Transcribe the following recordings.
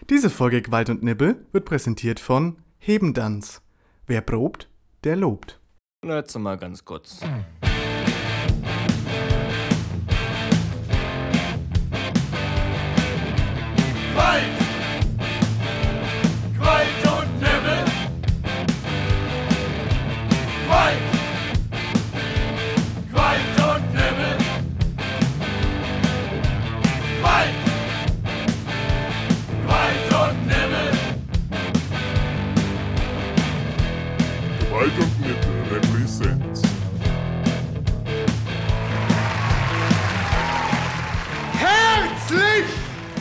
Diese Folge Gewalt und Nibbel wird präsentiert von Hebendanz. Wer probt, der lobt. Und jetzt mal ganz kurz. Gewalt! Gewalt und Nibbel! Gewalt! Gewalt und Nibbel! Gewalt! Gewalt und Nibbel! Gewalt und Nibbel represents. Herzlich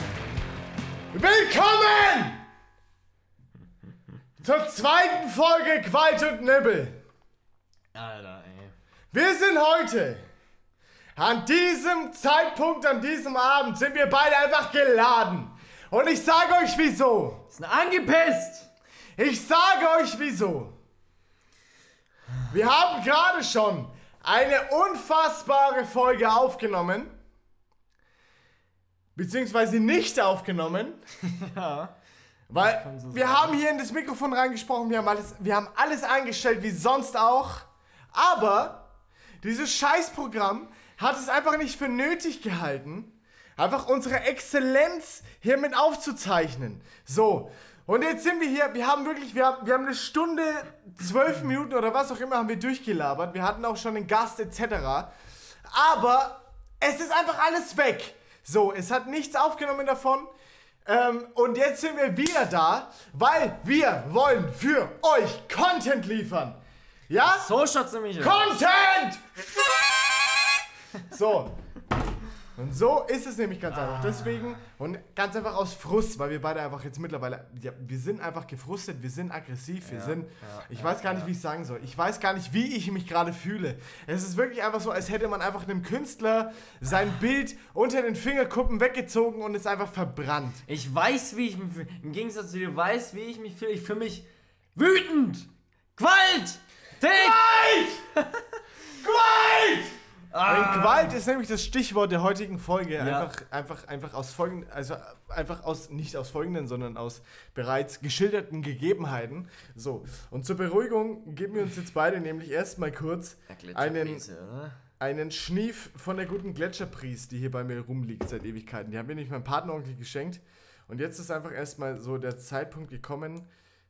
willkommen zur zweiten Folge Gewalt und Nibbel. Alter, ey. Wir sind heute, an diesem Zeitpunkt, an diesem Abend, sind wir beide einfach geladen. Und ich sage euch wieso. Ist angepisst! Ich sage euch wieso. Wir haben gerade schon eine unfassbare Folge aufgenommen. Beziehungsweise nicht aufgenommen. Ja. Weil kann so wir sein. haben hier in das Mikrofon reingesprochen, wir haben alles eingestellt wie sonst auch. Aber dieses Scheißprogramm hat es einfach nicht für nötig gehalten, einfach unsere Exzellenz hiermit aufzuzeichnen. So, und jetzt sind wir hier, wir haben eine Stunde, 12 Minuten oder was auch immer haben wir durchgelabert. Wir hatten auch schon einen Gast etc. Aber es ist einfach alles weg. So, es hat nichts aufgenommen davon. Und jetzt sind wir wieder da, weil wir wollen für euch Content liefern. Ja? So schaut's nämlich aus. Content! So. Und so ist es nämlich ganz einfach. Deswegen und ganz einfach aus Frust, weil wir beide einfach jetzt mittlerweile, ja, wir sind einfach gefrustet, wir sind aggressiv, ich weiß gar nicht, wie ich sagen soll. Ich weiß gar nicht, wie ich mich gerade fühle. Es ist wirklich einfach so, als hätte man einfach einem Künstler sein Bild unter den Fingerkuppen weggezogen und es einfach verbrannt. Ich weiß, wie ich mich fühle. Im Gegensatz zu dir weiß, wie ich mich fühle. Ich fühle mich wütend! Gewalt! Gewalt! Gewalt! Gewalt ist nämlich das Stichwort der heutigen Folge. Ja. Einfach aus folgenden, also einfach aus, nicht aus folgenden, sondern aus bereits geschilderten Gegebenheiten. So, und zur Beruhigung geben wir uns jetzt beide nämlich erstmal kurz einen Schnief von der guten Gletscherpries, die hier bei mir rumliegt seit Ewigkeiten. Die haben mir nicht mein Partneronkel geschenkt. Und jetzt ist einfach erstmal so der Zeitpunkt gekommen,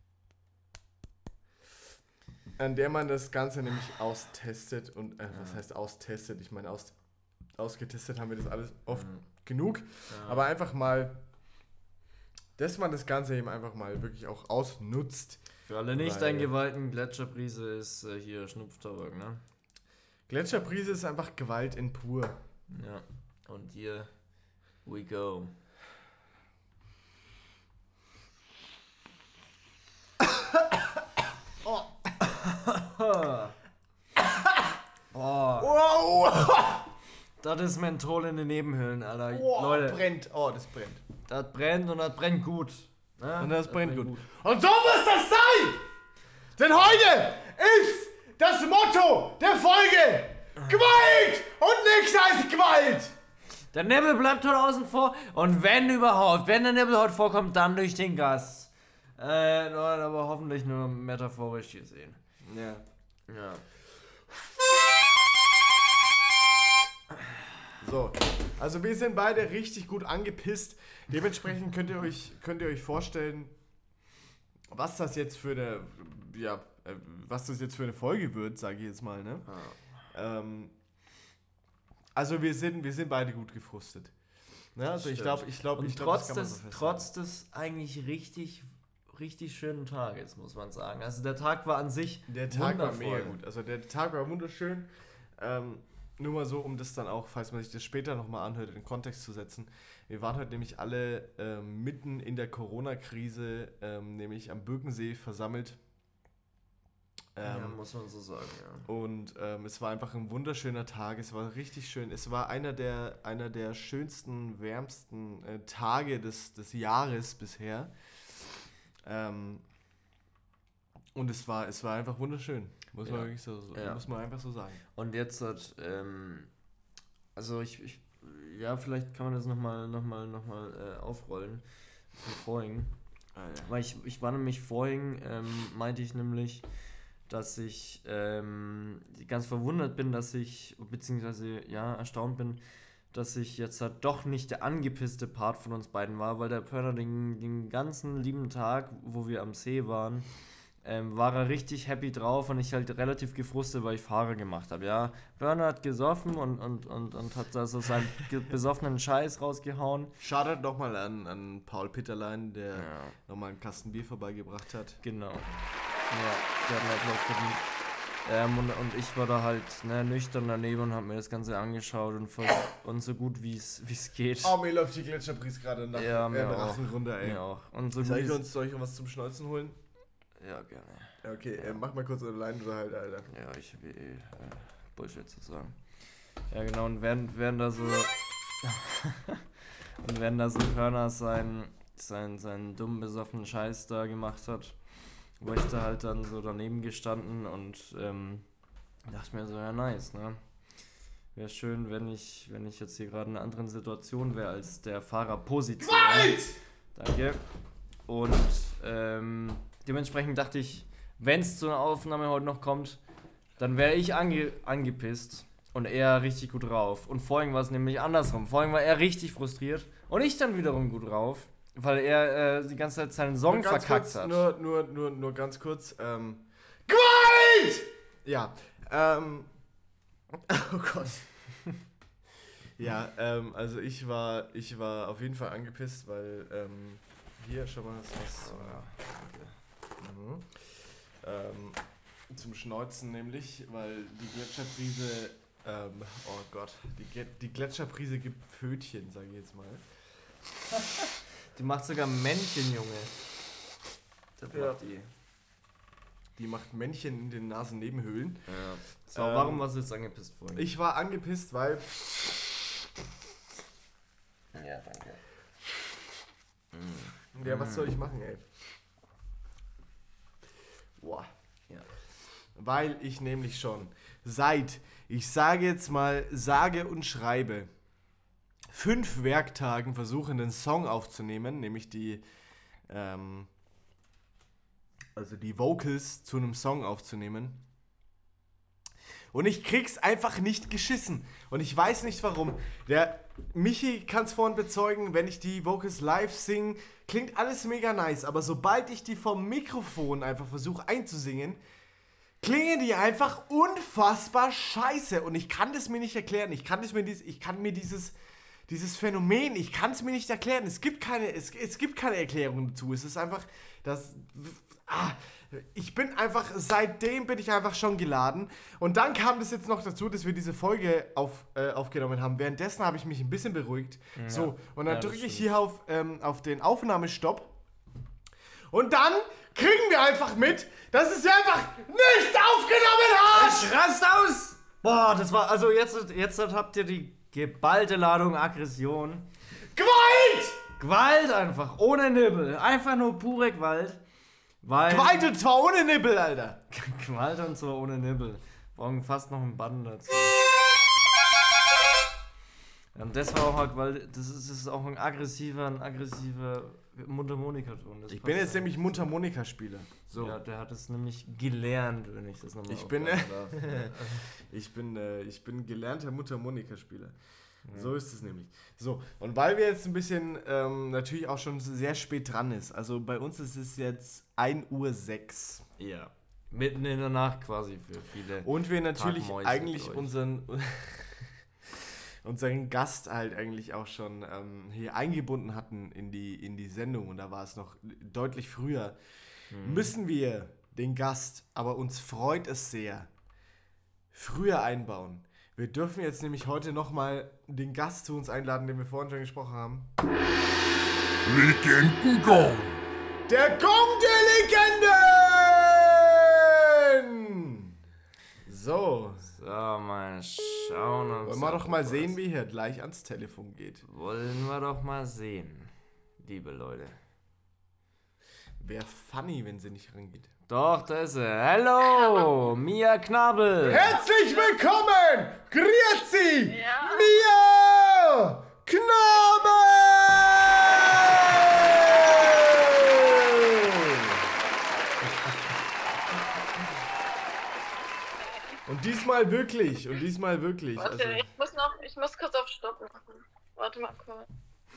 an der man das Ganze nämlich austestet und, was heißt austestet? Ich meine, ausgetestet haben wir das alles oft genug, aber einfach mal, dass man das Ganze eben einfach mal wirklich auch ausnutzt. Für alle nicht eingeweihten, Gletscherprise ist hier Schnupftabak, ne? Gletscherprise ist einfach Gewalt in pur. Ja. Und hier we go. Wow! Das ist Menthol in den Nebenhöhlen, Alter. Wow, Leute, brennt. Oh, das brennt. das brennt und das brennt gut. Ne? Und das brennt gut. Und so muss das sein! Denn heute ist das Motto der Folge Gewalt und nichts als Gewalt! Der Nibbel bleibt heute außen vor und wenn überhaupt, wenn der Nibbel heute vorkommt, dann durch den Gast. Aber hoffentlich nur metaphorisch gesehen. Ja. Ja. So, also wir sind beide richtig gut angepisst. Dementsprechend könnt ihr euch vorstellen, was das jetzt für eine Folge wird, sage ich jetzt mal, ne? Also wir sind beide gut gefrustet. Ne? Also ich glaube, Und trotz des eigentlich richtig schönen Tages, muss man sagen. Also der Tag war an sich der Tag war wundervoll. mega gut. Also der Tag war wunderschön. Nur mal so, um das dann auch, falls man sich das später nochmal anhört, in den Kontext zu setzen. Wir waren heute nämlich alle mitten in der Corona-Krise, nämlich am Birkensee versammelt. Ja, muss man so sagen, ja. Und es war einfach ein wunderschöner Tag, es war richtig schön. Es war einer der schönsten, wärmsten Tage des Jahres bisher. Und es war einfach wunderschön, muss man wirklich muss man einfach so sagen. Und jetzt also ja, vielleicht kann man das nochmal aufrollen. vorhin. Weil ich war nämlich vorhin, meinte ich nämlich, dass ich ganz verwundert bin, beziehungsweise erstaunt bin, dass ich jetzt halt doch nicht der angepisste Part von uns beiden war, weil der Pörner den ganzen lieben Tag, wo wir am See waren, war er richtig happy drauf und ich halt relativ gefrustet, weil ich Fahrer gemacht habe. Ja, Pörner hat gesoffen und hat da so seinen besoffenen Scheiß rausgehauen. Shoutout nochmal an Paul Peterlein, der nochmal einen Kasten Bier vorbeigebracht hat. Genau. Ja, der hat mir Applaus verdient. Und ich war da halt nüchtern daneben und habe mir das Ganze angeschaut und so gut wie es geht. Oh, mir läuft die Gletscherbrise gerade nach der Rachen runter, ey. Mir auch. Und so soll ich uns was zum Schneuzen holen? Ja, gerne. Ja, okay, mach mal kurz allein oder halt, Alter. Ja, ich habe Bullshit zu sagen. Ja, genau, und während da so Körner seinen dummen, besoffenen Scheiß da gemacht hat, war ich da halt dann so daneben gestanden und dachte mir so, ja nice, ne? Wäre schön, wenn ich jetzt hier gerade in einer anderen Situation wäre als der Fahrerposition. Danke. Und dementsprechend dachte ich, wenn es zu einer Aufnahme heute noch kommt, dann wäre ich angepisst und er richtig gut drauf. Und vorhin war es nämlich andersrum. Vorhin war er richtig frustriert und ich dann wiederum gut drauf. Weil er die ganze Zeit seinen Song verkackt hat. Nur ganz kurz. Gewalt! Ja, oh Gott. Ja, also ich war auf jeden Fall angepisst, weil, hier, schau mal, das zum Schneuzen nämlich, weil die Gletscherbrise, oh Gott, die Gletscherbrise gibt Pfötchen, sage ich jetzt mal. Die macht sogar Männchen, Junge. Das macht die. Die macht Männchen in den Nasennebenhöhlen. Ja. So, warum warst du jetzt angepisst vorhin? Ich war angepisst, weil... Ja, danke. Ja, was soll ich machen, ey? Boah. Ja. Weil ich nämlich schon ich sage jetzt mal, sage und schreibe, 5 Werktagen versuche, einen Song aufzunehmen, nämlich die Vocals zu einem Song aufzunehmen. Und ich krieg's einfach nicht geschissen. Und ich weiß nicht warum. Der Michi kann es vorhin bezeugen, wenn ich die Vocals live singe, klingt alles mega nice. Aber sobald ich die vom Mikrofon einfach versuche einzusingen, klingen die einfach unfassbar scheiße. Und ich kann das mir nicht erklären. Ich kann mir dieses Phänomen, ich kann es mir nicht erklären. Es gibt keine Erklärung dazu. Es ist einfach, seitdem bin ich einfach schon geladen. Und dann kam das jetzt noch dazu, dass wir diese Folge aufgenommen haben. Währenddessen habe ich mich ein bisschen beruhigt. Ja. So, und dann drücke ich hier auf den Aufnahmestopp. Und dann kriegen wir einfach mit, dass es einfach nicht aufgenommen hat! Ich rast aus! Boah, das war, also jetzt habt ihr die geballte Ladung Aggression. Gewalt! Gewalt einfach, ohne Nibbel. Einfach nur pure Gewalt. Gewalt und zwar ohne Nibbel, Alter. Gewalt und zwar ohne Nibbel. Brauchen fast noch einen Button dazu. Und das war auch halt, weil das ist auch ein aggressiver Mundharmonikaton. Ich bin jetzt nämlich Mundharmonikaspieler. So. Ja, der hat es nämlich gelernt, wenn ich das nochmal Ich bin gelernter Mundharmonikaspieler. Ja. So ist es nämlich. So, und weil wir jetzt ein bisschen natürlich auch schon sehr spät dran ist, also bei uns ist es jetzt 1:06 Uhr. Ja. Mitten in der Nacht quasi für viele. Und wir natürlich eigentlich unseren Gast halt eigentlich auch schon hier eingebunden hatten in die Sendung, und da war es noch deutlich früher, müssen wir den Gast, aber uns freut es sehr, früher einbauen. Wir dürfen jetzt nämlich heute nochmal den Gast zu uns einladen, den wir vorhin schon gesprochen haben. Legendengong! Der Gong der Legenden! So, mal schauen. Wollen wir doch mal sehen, wie hier gleich ans Telefon geht. Wollen wir doch mal sehen, liebe Leute. Wäre funny, wenn sie nicht rangeht. Doch, da ist sie. Hallo, Mia Knabel. Herzlich willkommen, grüezi, Mia Knabel! Und diesmal wirklich. Warte, Also, ich muss kurz auf Stopp machen. Warte mal kurz.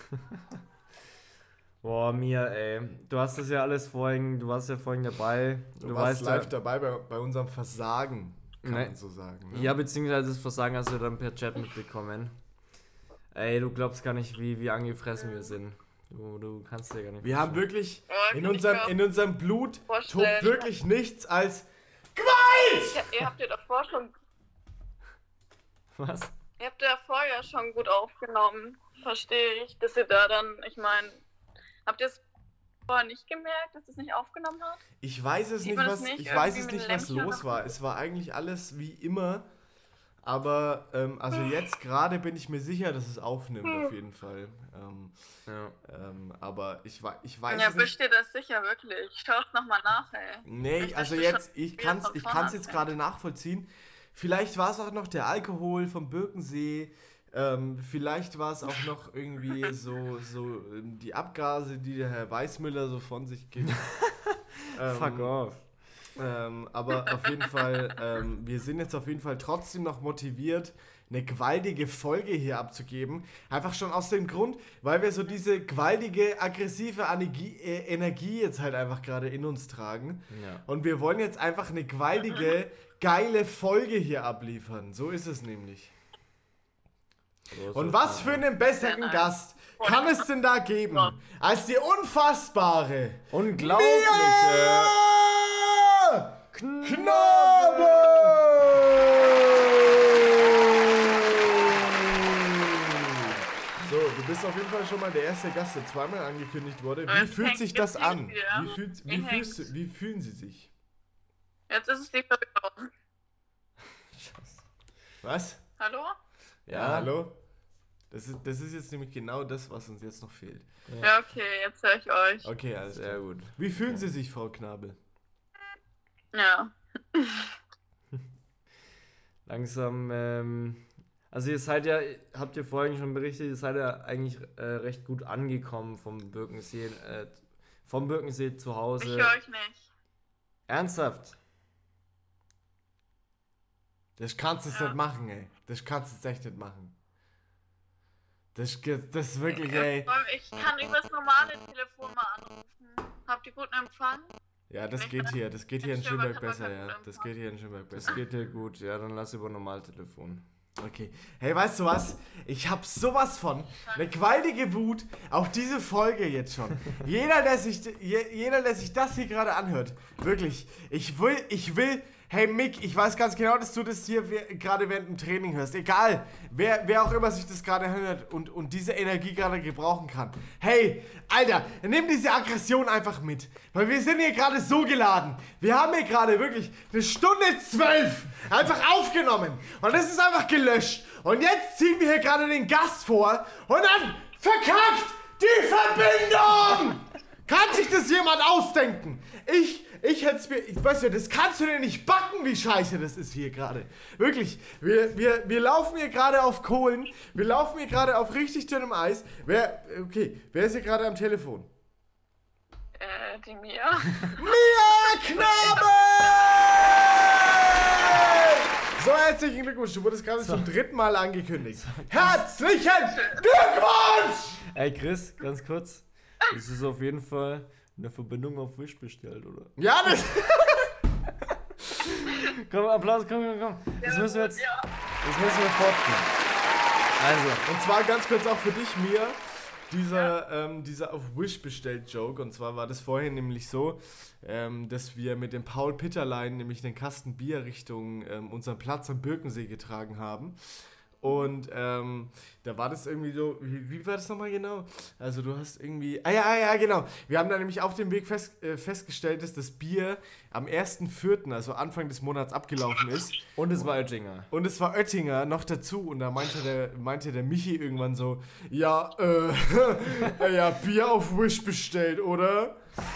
Boah, Mia, ey. Du hast das ja alles vorhin, du warst ja vorhin dabei. du warst live dabei bei unserem Versagen, kann Nee. man so sagen. Ne? Ja, beziehungsweise das Versagen hast du dann per Chat mitbekommen. Ey, du glaubst gar nicht, wie angefressen wir sind. Du kannst dir gar nicht Wir haben vorstellen. wirklich, Oh, in kann ich mir unserem Blut vorstellen. tobt wirklich nichts als Gewalt! Ihr habt ja davor schon. Was? Ihr habt ja vorher schon gut aufgenommen. Verstehe ich, dass ihr da dann. Ich meine, habt ihr es vorher nicht gemerkt, dass es nicht aufgenommen hat? Ich weiß es Sieht nicht, man das was, nicht ich weiß irgendwie es mit nicht, was Lämpchen los oder war. Es war eigentlich alles wie immer. Aber, also jetzt gerade bin ich mir sicher, dass es aufnimmt, auf jeden Fall. Ja. Aber ich weiß Ja, es nicht. wischt ihr das sicher wirklich? Schaut nochmal nach, ey. Nee, Ich also möchte jetzt, schon ich wieder kann's von jetzt vorne gerade nachvollziehen. Vielleicht war es auch noch der Alkohol vom Birkensee. Vielleicht war es auch noch irgendwie so die Abgase, die der Herr Weißmüller so von sich gibt. Fuck off. Aber auf jeden Fall, wir sind jetzt auf jeden Fall trotzdem noch motiviert, eine gewaltige Folge hier abzugeben. Einfach schon aus dem Grund, weil wir so diese gewaltige, aggressive Energie jetzt halt einfach gerade in uns tragen. Ja. Und wir wollen jetzt einfach eine gewaltige, geile Folge hier abliefern. So ist es nämlich. So Und ist was es. für einen besseren Gast kann es denn da geben, als die unfassbare, Unglaubliche So, du bist auf jeden Fall schon mal der erste Gast, der zweimal angekündigt wurde. Wie Es fühlt hängt sich das jetzt an? wieder. Wie fühlen Sie sich? Jetzt ist es die Verbindung. Was? Hallo? Ja, hallo? Das ist jetzt nämlich genau das, was uns jetzt noch fehlt. Ja, okay, jetzt höre ich euch. Okay, alles Sehr klar. gut. Wie fühlen Sie sich, Frau Knabel? Ja. Langsam, also ihr seid ja, habt ihr vorhin schon berichtet, ihr seid ja eigentlich recht gut angekommen vom Birkensee zu Ich Hause. höre euch nicht. Ernsthaft? Das kannst du jetzt Ja. nicht machen, ey. Das kannst du jetzt echt nicht machen. Das ist wirklich, ey. Ich kann übers normale Telefon mal anrufen. Habt ihr guten Empfang? Ja, das Ich geht bin- hier. Das geht hier in ich stimme, Schönberg aber besser, kein ja. Problem. Das geht hier in Schönberg Das besser. geht dir gut, ja, dann lass über Normaltelefon. Okay. Hey, weißt du was? Ich hab sowas von eine gewaltige Wut auf diese Folge jetzt schon. Jeder, der sich das hier gerade anhört, wirklich, ich will, hey Mick, ich weiß ganz genau, dass du das hier gerade während dem Training hörst. Egal, wer auch immer sich das gerade hört und diese Energie gerade gebrauchen kann. Hey, Alter, nimm diese Aggression einfach mit. Weil wir sind hier gerade so geladen. Wir haben hier gerade wirklich 1:12 einfach aufgenommen. Und das ist einfach gelöscht. Und jetzt ziehen wir hier gerade den Gast vor. Und dann verkackt die Verbindung! Kann sich das jemand ausdenken? Ich hätte es mir, ich weiß ja, das kannst du dir nicht backen, wie scheiße das ist hier gerade. Wirklich, wir laufen hier gerade auf Kohlen, wir laufen hier gerade auf richtig dünnem Eis. Wer ist hier gerade am Telefon? Die Mia. Mia Knabel! So, herzlichen Glückwunsch, du wurdest gerade zum 3. Mal angekündigt. Herzlichen Glückwunsch! Ey Chris, ganz kurz. Das ist auf jeden Fall eine Verbindung auf Wish bestellt, oder? Ja, das... Komm, Applaus, komm. Das müssen wir fortführen. Also, Und zwar ganz kurz auch für dich, Mia, dieser auf Wish bestellt Joke. Und zwar war das vorhin nämlich so, dass wir mit dem Paul Pitterlein nämlich den Kasten Bier Richtung unseren Platz am Birkensee getragen haben. Und da war das irgendwie so, wie war das nochmal genau? Also du hast irgendwie, ja, genau. Wir haben da nämlich auf dem Weg festgestellt, dass das Bier am 1.4., also Anfang des Monats abgelaufen ist. und es war Oettinger. Und es war Oettinger noch dazu. Und da meinte der Michi irgendwann so, ja, ja, Bier auf Wish bestellt, oder?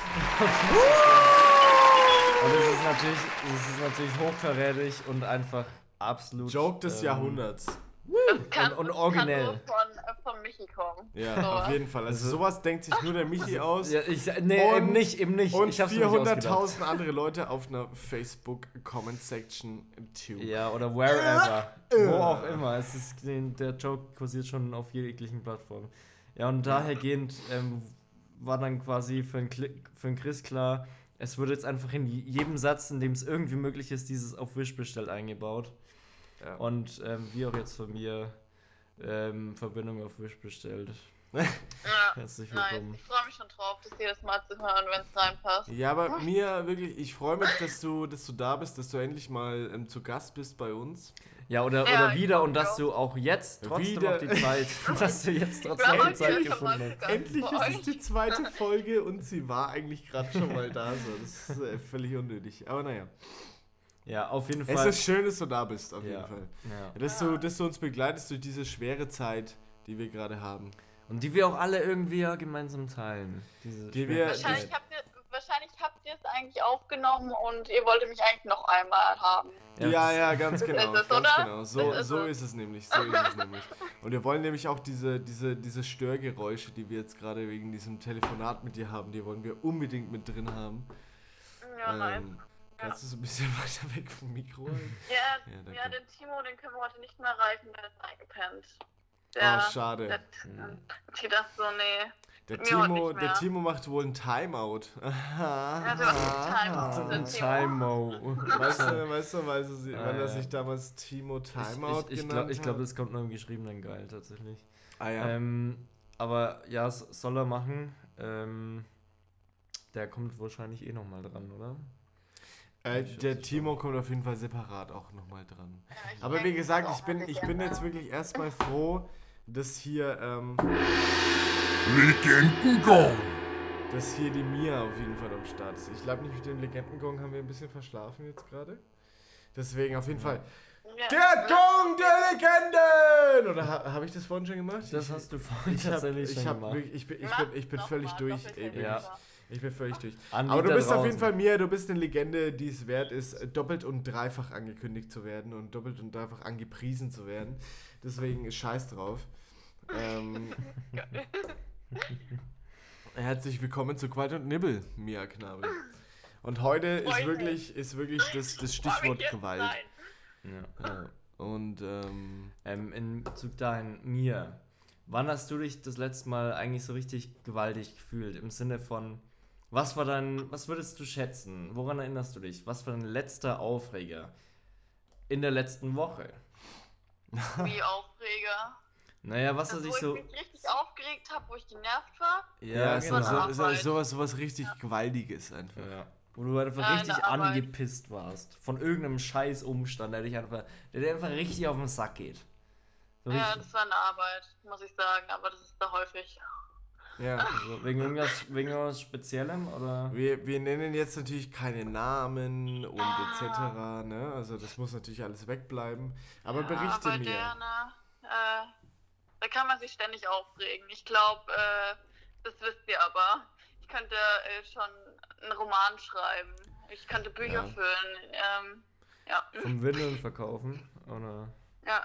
Und es ist natürlich hochkarätig und einfach absolut Joke des Jahrhunderts. Kann und originell. nur von Michi Michi kommen. Ja, Sowas. auf jeden Fall. Also sowas denkt sich nur der Michi aus. Ja, eben nicht. Und Ich hab's mir nicht ausgedacht. 400.000 andere Leute auf einer Facebook-Comment-Section too. Ja, oder wherever. Wo auch immer. Der Joke kursiert schon auf jeglichen Plattformen. Ja, und dahergehend war dann quasi für den Chris klar, es wird jetzt einfach in jedem Satz, in dem es irgendwie möglich ist, dieses auf Wish bestellt eingebaut. Ja. Und wie auch jetzt von mir, Verbindung auf Wish bestellt. Ja, Herzlich nice. willkommen. Ich freue mich schon drauf, das jedes Mal zu hören, wenn es reinpasst. Ja, aber mir wirklich, ich freue mich, dass du da bist, dass du endlich mal zu Gast bist bei uns. Ja, oder Ja, wieder ich und dass auch. du auch jetzt trotzdem Wieder. noch die Zeit, dass du jetzt trotzdem war noch die heute Zeit schon gefunden mal hast. zu Gast Endlich bei ist es die zweite Folge und sie war eigentlich gerade schon mal da. So. Das ist völlig unnötig. Aber naja. Ja, auf jeden Es Fall. ist schön, dass du da bist, auf Ja. jeden Fall. Ja. Dass du uns begleitest durch diese schwere Zeit, die wir gerade haben. Und die wir auch alle irgendwie ja gemeinsam teilen. Die wir- Wahrscheinlich habt ihr es eigentlich aufgenommen und ihr wolltet mich eigentlich noch einmal haben. Ja, ganz genau. ist es, Ganz oder? genau. So Das ist ist es nämlich. Und wir wollen nämlich auch diese Störgeräusche, die wir jetzt gerade wegen diesem Telefonat mit dir haben, die wollen wir unbedingt mit drin haben. Ja, nice. Kannst du so ein bisschen weiter weg vom Mikro? Ja, danke. ja, den Timo, den können wir heute nicht mehr erreichen, der ist eingepennt. Schade. Die dachte so, nee. Der mir heute Timo, nicht mehr. der Timo macht wohl ein Timeout. Ja, der macht einen Timeout, der Timo. Weißt du, weil er sich damals Timo Timeout genannt Ich glaube, hat? das kommt nur im geschriebenen Geil tatsächlich. Ah ja. Aber ja, soll er machen. Der kommt wahrscheinlich eh nochmal dran, oder? Der Timo kommt auf jeden Fall separat auch nochmal dran. Ja, ich Aber wie denke, gesagt, das ich bin gerne. jetzt wirklich erstmal froh, dass hier Legendengong. die Mia auf jeden Fall am Start ist. Ich glaube nicht, mit dem Legendengong haben wir ein bisschen verschlafen jetzt gerade. Deswegen auf jeden Fall. Ja. Der Gong der Legenden! Oder habe ich das vorhin schon gemacht? Das hast du vorhin tatsächlich schon gemacht. Ich bin Mach völlig mal, durch. doppelt Ey, hält wirklich. Ja. Ich bin völlig durch. An die Aber du da bist auf jeden draußen. Fall, Mia, du bist eine Legende, die es wert ist, doppelt und dreifach angekündigt zu werden und doppelt und dreifach angepriesen zu werden. Deswegen scheiß drauf. Herzlich willkommen zu Qualt und Nibbel, Mia Knabel. Und heute ist Freut wirklich das Stichwort Jetzt Gewalt. nein. Ja. Und In Bezug dahin, Mia, wann hast du dich das letzte Mal eigentlich so richtig gewaltig gefühlt? Im Sinne von, was würdest du schätzen? Woran erinnerst du dich? Was war dein letzter Aufreger in der letzten Woche? Wie Aufreger. Naja, was Also, hat wo dich ich so... mich richtig aufgeregt habe, wo ich genervt war. ja, genau. sowas richtig Gewaltiges einfach. Ja. Wo du einfach Ja, in richtig der Arbeit. angepisst warst. Von irgendeinem scheiß Umstand, der dir einfach richtig auf den Sack geht. So Ja, richtig, das war eine Arbeit, muss ich sagen, aber das ist da häufig. Ja. also wegen irgendwas Speziellem, oder? Wir nennen jetzt natürlich keine Namen und etc. Ne? Also das muss natürlich alles wegbleiben. Aber berichte aber mir. der, ne, da kann man sich ständig aufregen. Ich glaube, das wisst ihr aber. Ich könnte schon einen Roman schreiben. Ich könnte Bücher Ja. füllen. Ja. Vom Windeln verkaufen, oder? Ja.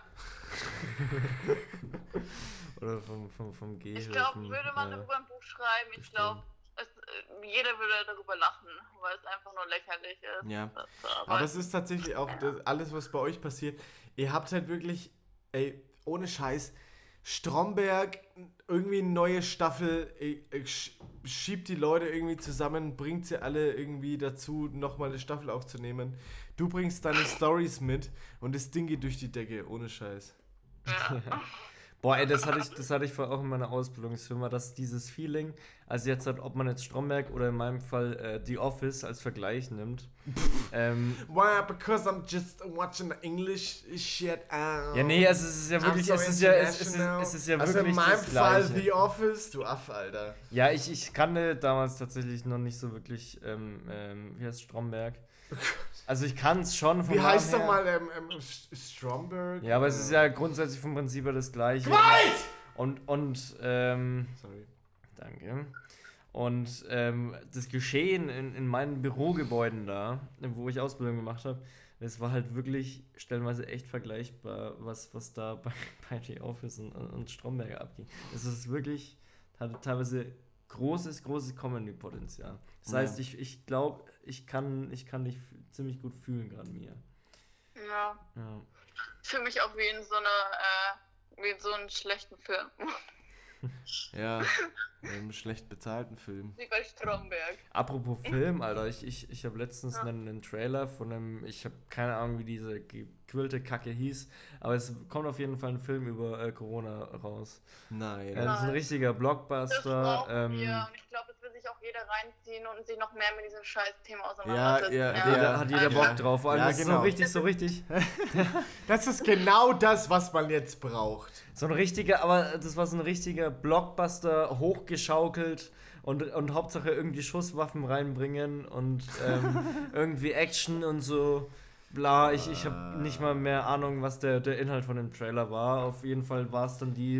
Oder vom Gehhilfen. Ich glaube, würde man darüber ein Buch schreiben, ich glaube, jeder würde darüber lachen, weil es einfach nur lächerlich ist. Ja. Aber Aber es ist tatsächlich auch alles, was bei euch passiert. Ihr habt halt wirklich, ey, ohne Scheiß, Stromberg, irgendwie eine neue Staffel, schiebt die Leute irgendwie zusammen, bringt sie alle irgendwie dazu, nochmal eine Staffel aufzunehmen. Du bringst deine Stories mit und das Ding geht durch die Decke, ohne Scheiß. Boah, ey, das hatte ich vorher auch in meiner Ausbildungsfirma, dass dieses Feeling, also jetzt halt, ob man jetzt Stromberg oder in meinem Fall The Office als Vergleich nimmt. Why? Because I'm just watching the English shit. Ja, nee, also es ist ja wirklich, I'm so es ist ja international. wirklich also in meinem das Fall Gleiche. The Office, du Aff, Alter. Ja, ich kannte damals tatsächlich noch nicht so wirklich, wie heißt Stromberg? Also ich kann es schon vom Wie heißt Namen doch her. mal Stromberg? Ja, aber es ist ja grundsätzlich vom Prinzip her das Gleiche. Und Sorry. danke. Und das Geschehen in meinen Bürogebäuden da, wo ich Ausbildung gemacht habe, Es war halt wirklich stellenweise echt vergleichbar, was da bei The Office und Stromberg abging. Es ist wirklich, hatte teilweise großes Comedy-Potenzial. Das heißt, ich glaube, ich kann dich ziemlich gut fühlen gerade, Mia. Ja. Ich fühle mich auch wie in so einen schlechten Film. Ja, in einem schlecht bezahlten Film. Wie bei Stromberg. Apropos Film, Alter, ich habe letztens einen Trailer von einem, ich habe keine Ahnung, wie diese gequillte Kacke hieß, aber es kommt auf jeden Fall ein Film über Corona raus. Nein. Das ist ein richtiger Das Blockbuster. brauchen wir. Und ich glaube, das will sich auch jeder reinziehen und sich noch mehr mit diesem Scheiß-Thema auseinandersetzen. Hat jeder Bock drauf. Vor allem, Ja, das genau. ist so richtig. Das ist genau das, was man jetzt braucht. Das war so ein richtiger Blockbuster, hochgeschaukelt und Hauptsache irgendwie Schusswaffen reinbringen und irgendwie Action und so. Bla, ich habe nicht mal mehr Ahnung, was der Inhalt von dem Trailer war. Auf jeden Fall war es dann die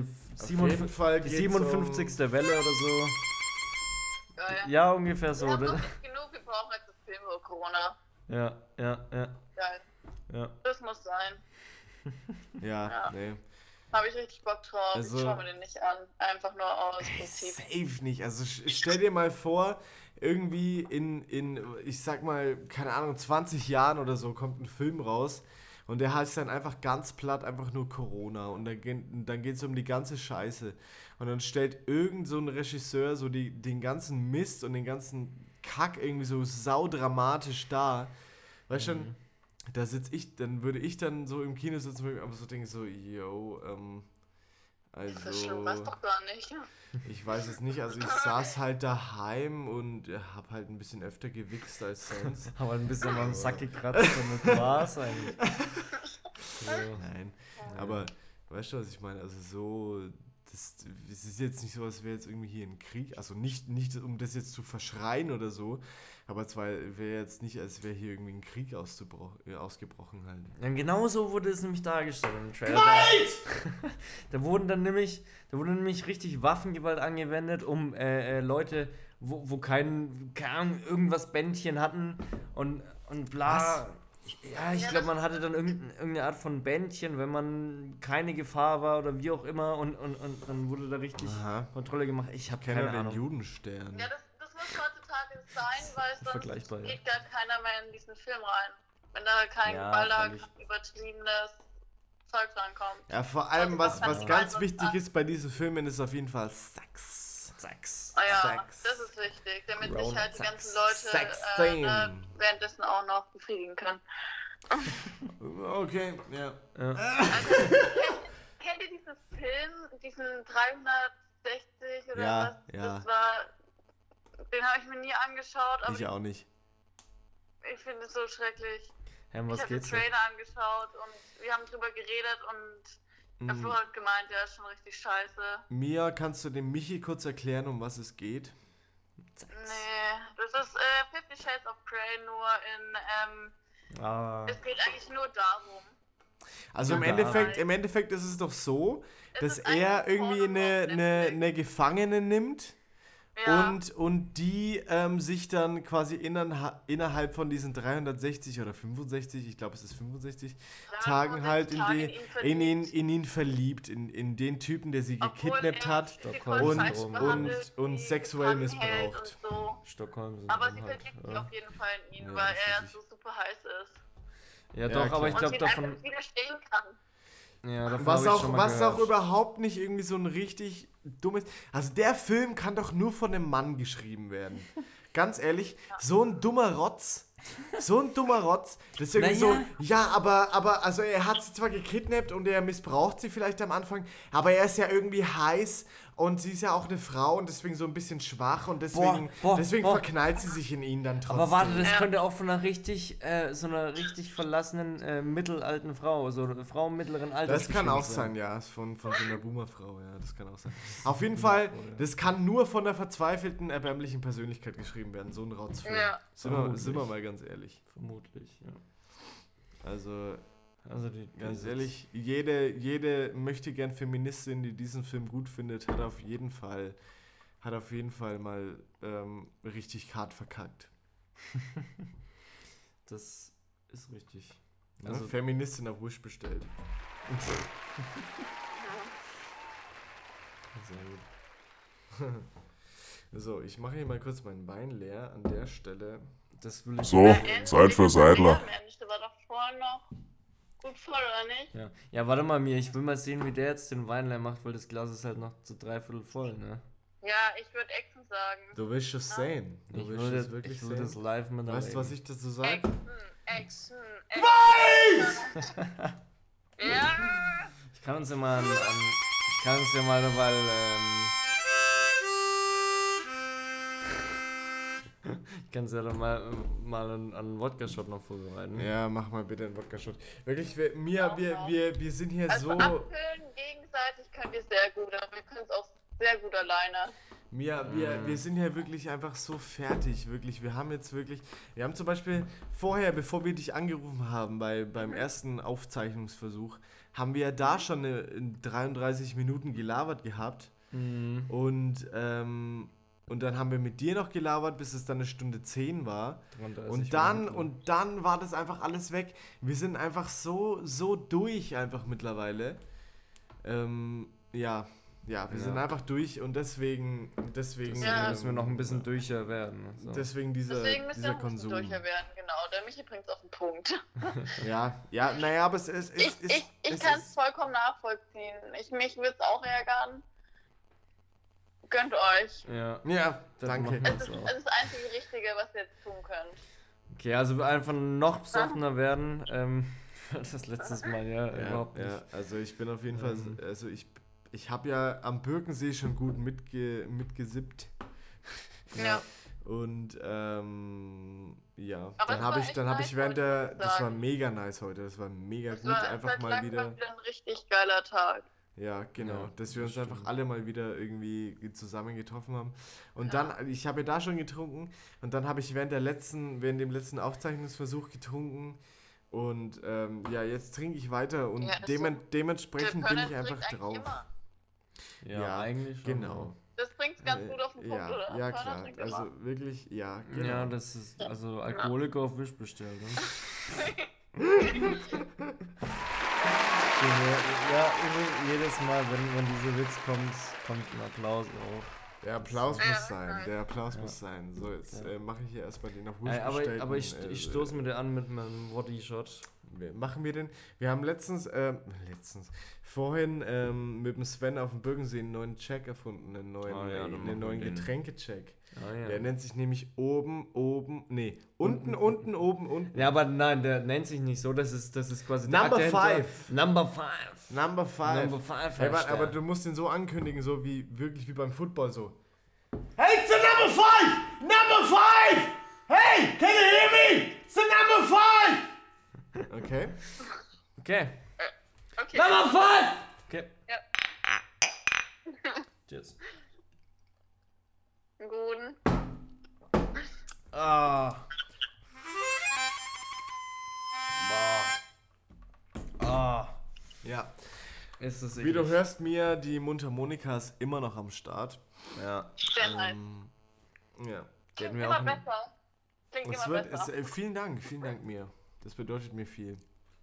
57. Welle oder so. Geil. Ja, ungefähr so. Wir haben noch nicht genug, wir brauchen jetzt das Film über Corona. Ja. Geil. Ja. Das muss sein. Ja, nee. Habe ich richtig Bock drauf. Also- ich schaue mir den nicht an. Einfach nur aus Prinzip. Safe nicht. Also stell dir mal vor, irgendwie in, ich sag mal, keine Ahnung, 20 Jahren oder so kommt ein Film raus und der heißt dann einfach ganz platt einfach nur Corona und dann geht es um die ganze Scheiße. Und dann stellt irgend so ein Regisseur so den ganzen Mist und den ganzen Kack irgendwie so saudramatisch dar. Weißt du schon, dann würde ich dann so im Kino sitzen und aber so denke so, yo, So schlimm war es doch gar nicht. ich weiß es nicht, also ich saß halt daheim und hab halt ein bisschen öfter gewichst als sonst. Aber ein bisschen am Sack gekratzt und das war's eigentlich. So. Nein, aber weißt du, was ich meine? Also so, das ist jetzt nicht so, als wäre jetzt irgendwie hier ein Krieg, also nicht um das jetzt zu verschreien oder so, aber es wäre jetzt nicht, als wäre hier irgendwie ein Krieg ausgebrochen halt. Ja, genau so wurde es nämlich dargestellt im Trailer. Da wurde nämlich richtig Waffengewalt angewendet, um Leute, wo keine Ahnung, irgendwas Bändchen hatten und bla. Ja, ich glaube, man hatte dann irgendeine Art von Bändchen, wenn man keine Gefahr war oder wie auch immer und dann wurde da richtig Kontrolle gemacht. Ich habe keine Kennt ihr den Ahnung. Judenstern? Ja, das muss heutzutage sein, weil sonst Vergleichbar, ja. geht gar keiner mehr in diesen Film rein. Wenn da kein Ja, Baller, freilich. übertriebenes Zeug rankommt. Ja, vor allem, was Also, ganz was wichtig an- ist bei diesen Filmen, ist auf jeden Fall Sex. Ah ja, Sex. das ist wichtig, damit Brown sich halt die Sex. ganzen Leute Sexting. währenddessen auch noch befriedigen können. Okay, ja. Kennt ihr diesen Film, diesen 360 oder Ja, was? ja. Das war, den habe ich mir nie angeschaut, aber Ich auch nicht. ich finde es so schrecklich. Ja, um Ich was habe den geht's denn? Trailer angeschaut und wir haben drüber geredet und der Flo hat gemeint, der ist schon richtig scheiße. Mia, kannst du dem Michi kurz erklären, um was es geht? Nee, das ist 50 Shades of Grey, nur es geht eigentlich nur darum. Also im Ja. Endeffekt ist es doch so, Es dass ist eigentlich er ein irgendwie Porno auf Netflix. eine Gefangene nimmt Ja, und die sich dann quasi innerhalb von diesen 360 oder 65, ich glaube es ist 65 Tagen halt in ihn verliebt, in den Typen, der sie obwohl gekidnappt er hat sie Stockholm voll und- falsch und- behandelt, und sie sexuell gefangen hält missbraucht. und so. Stockholm. Aber sie verliebt sich auf jeden Fall in ihn, Ja, weil das er weiß ich. so super heiß ist. Ja, Ja, doch, klar. aber ich Und glaube sie ihn einfach davon. nicht widerstehen kann. Ja, davon Was hab ich schon mal auch gehört. überhaupt nicht irgendwie so ein richtig dummes. Also der Film kann doch nur von einem Mann geschrieben werden. Ganz ehrlich, so ein dummer Rotz. Das ist irgendwie so, Naja. ja, aber, also er hat sie zwar gekidnappt und er missbraucht sie vielleicht am Anfang, aber er ist ja irgendwie heiß und sie ist ja auch eine Frau und deswegen so ein bisschen schwach und deswegen Boah. verknallt sie sich in ihn dann trotzdem. Aber warte, das Ja. könnte auch von einer richtig verlassenen mittelalten Frau, so eine Frau mittleren Alters. Das kann auch geschrieben sein, ja. Ist von so einer Boomerfrau, ja, das kann auch sein. Auf jeden Fall, das kann nur von einer verzweifelten, erbärmlichen Persönlichkeit geschrieben werden, so ein Rotzfilm. Ja. Sind wir mal ganz ehrlich. Vermutlich, ja. Also, Die ganz ehrlich, jede möchte gern Feministin, die diesen Film gut findet, hat auf jeden Fall mal richtig hart verkackt. Das ist richtig. Also- Feministin auf Wish bestellt. Sehr gut. So, ich mache hier mal kurz mein Bein leer an der Stelle. Das will ich. So, Zeit für Seidler. Mensch, der war doch vorhin noch gut voll, oder nicht? Ja. Ja, warte mal, Mia, ich will mal sehen, wie der jetzt den Wein leer macht, weil das Glas ist halt noch zu 3/4 voll, ne? Ja, ich würde Echsen sagen. Du willst es sehen. Du Ich willst will, es das, wirklich ich will das sehen. live mit Weißt du, was ich dazu sage? Echsen. Weiß! Ja! Ich kann uns ja mal weil, ich kann es ja dann mal einen Wodka-Shot noch vorbereiten. Ja, mach mal bitte einen Wodka-Shot. Wirklich, wir sind hier Also so... abfüllen gegenseitig könnt ihr sehr gut, aber wir können es auch sehr gut alleine. Wir sind hier wirklich einfach so fertig, wirklich. Wir haben zum Beispiel vorher, bevor wir dich angerufen haben beim ersten Aufzeichnungsversuch, haben wir ja da schon in 33 Minuten gelabert gehabt. Und dann haben wir mit dir noch gelabert, bis es dann 1:10 war. 33 Und dann war das einfach alles weg. Wir sind einfach so durch einfach mittlerweile. Wir sind einfach durch und deswegen Ja. müssen wir noch ein bisschen durcher werden. So. deswegen dieser Deswegen müsst ihr auch ein bisschen Konsum. durcher werden, genau. Der Michi bringt es auf den Punkt. Naja, aber es ist... Ich kann es vollkommen nachvollziehen. Mich würde es auch ärgern. Gönnt euch. Ja, Ja, das danke. machen wir Es jetzt ist auch. das einzige Richtige, was ihr jetzt tun könnt. Okay, also einfach noch besoffener werden. Das letztes Mal überhaupt nicht. Ja, also ich bin auf jeden Fall... Also ich habe ja am Birkensee schon gut mitgesippt. Ja. Und Aber dann es habe war ich, echt dann habe nice ich während heute, der, muss ich das war sagen. mega nice heute, das war mega Es gut, war einfach seit mal langem wieder, ein richtig geiler Tag. ja genau, Ja, dass wir uns das einfach stimmt. alle mal wieder irgendwie zusammen getroffen haben. Und dann, ich habe ja da schon getrunken und dann habe ich während dem letzten Aufzeichnungsversuch getrunken und jetzt trinke ich weiter und Ja, ist so. dementsprechend Der bin Kölner ich einfach trinkt eigentlich drauf. immer. Ja, eigentlich schon. Genau. Das bringt's ganz gut auf den Punkt, oder? Ja, Kölner klar. trinkt Also immer. wirklich, ja, genau. Ja, das ist also Alkoholiker auf Wish bestellt. Ne? Jedes Mal, wenn dieser Witz kommt ein Applaus auch. Der Applaus Ja, muss sein. nice. Der Applaus muss sein. So, jetzt mache ich hier erstmal den auf Wish Aber bestellten, ich stoße mit dir an mit meinem Body-Shot. Machen wir den? Wir haben vorhin mit dem Sven auf dem Birkensee einen neuen Check erfunden, einen neuen dann machen wir den. Getränkecheck. Ah, ja. Der nennt sich nämlich unten, oben. Ja, aber nein, der nennt sich nicht so, das ist quasi der Number Akt dahinter. 5. Number 5. Number 5. Number 5 Hey, heißt aber der. du musst den so ankündigen, so wirklich wie beim Football so. Hey, it's the number 5! Number 5! Hey, can you hear me? It's the number 5! Okay. Okay. Okay. Number 5! Okay. Ja. Cheers. Guten. Ah. Ja. Ist es Wie du hörst, Mia, die Mundharmonika ist immer noch am Start. Ja. Sehr nice. Ja. Klingt wir immer auch besser. Klingt Es immer wird, besser. vielen Dank, Mia. Das bedeutet mir viel.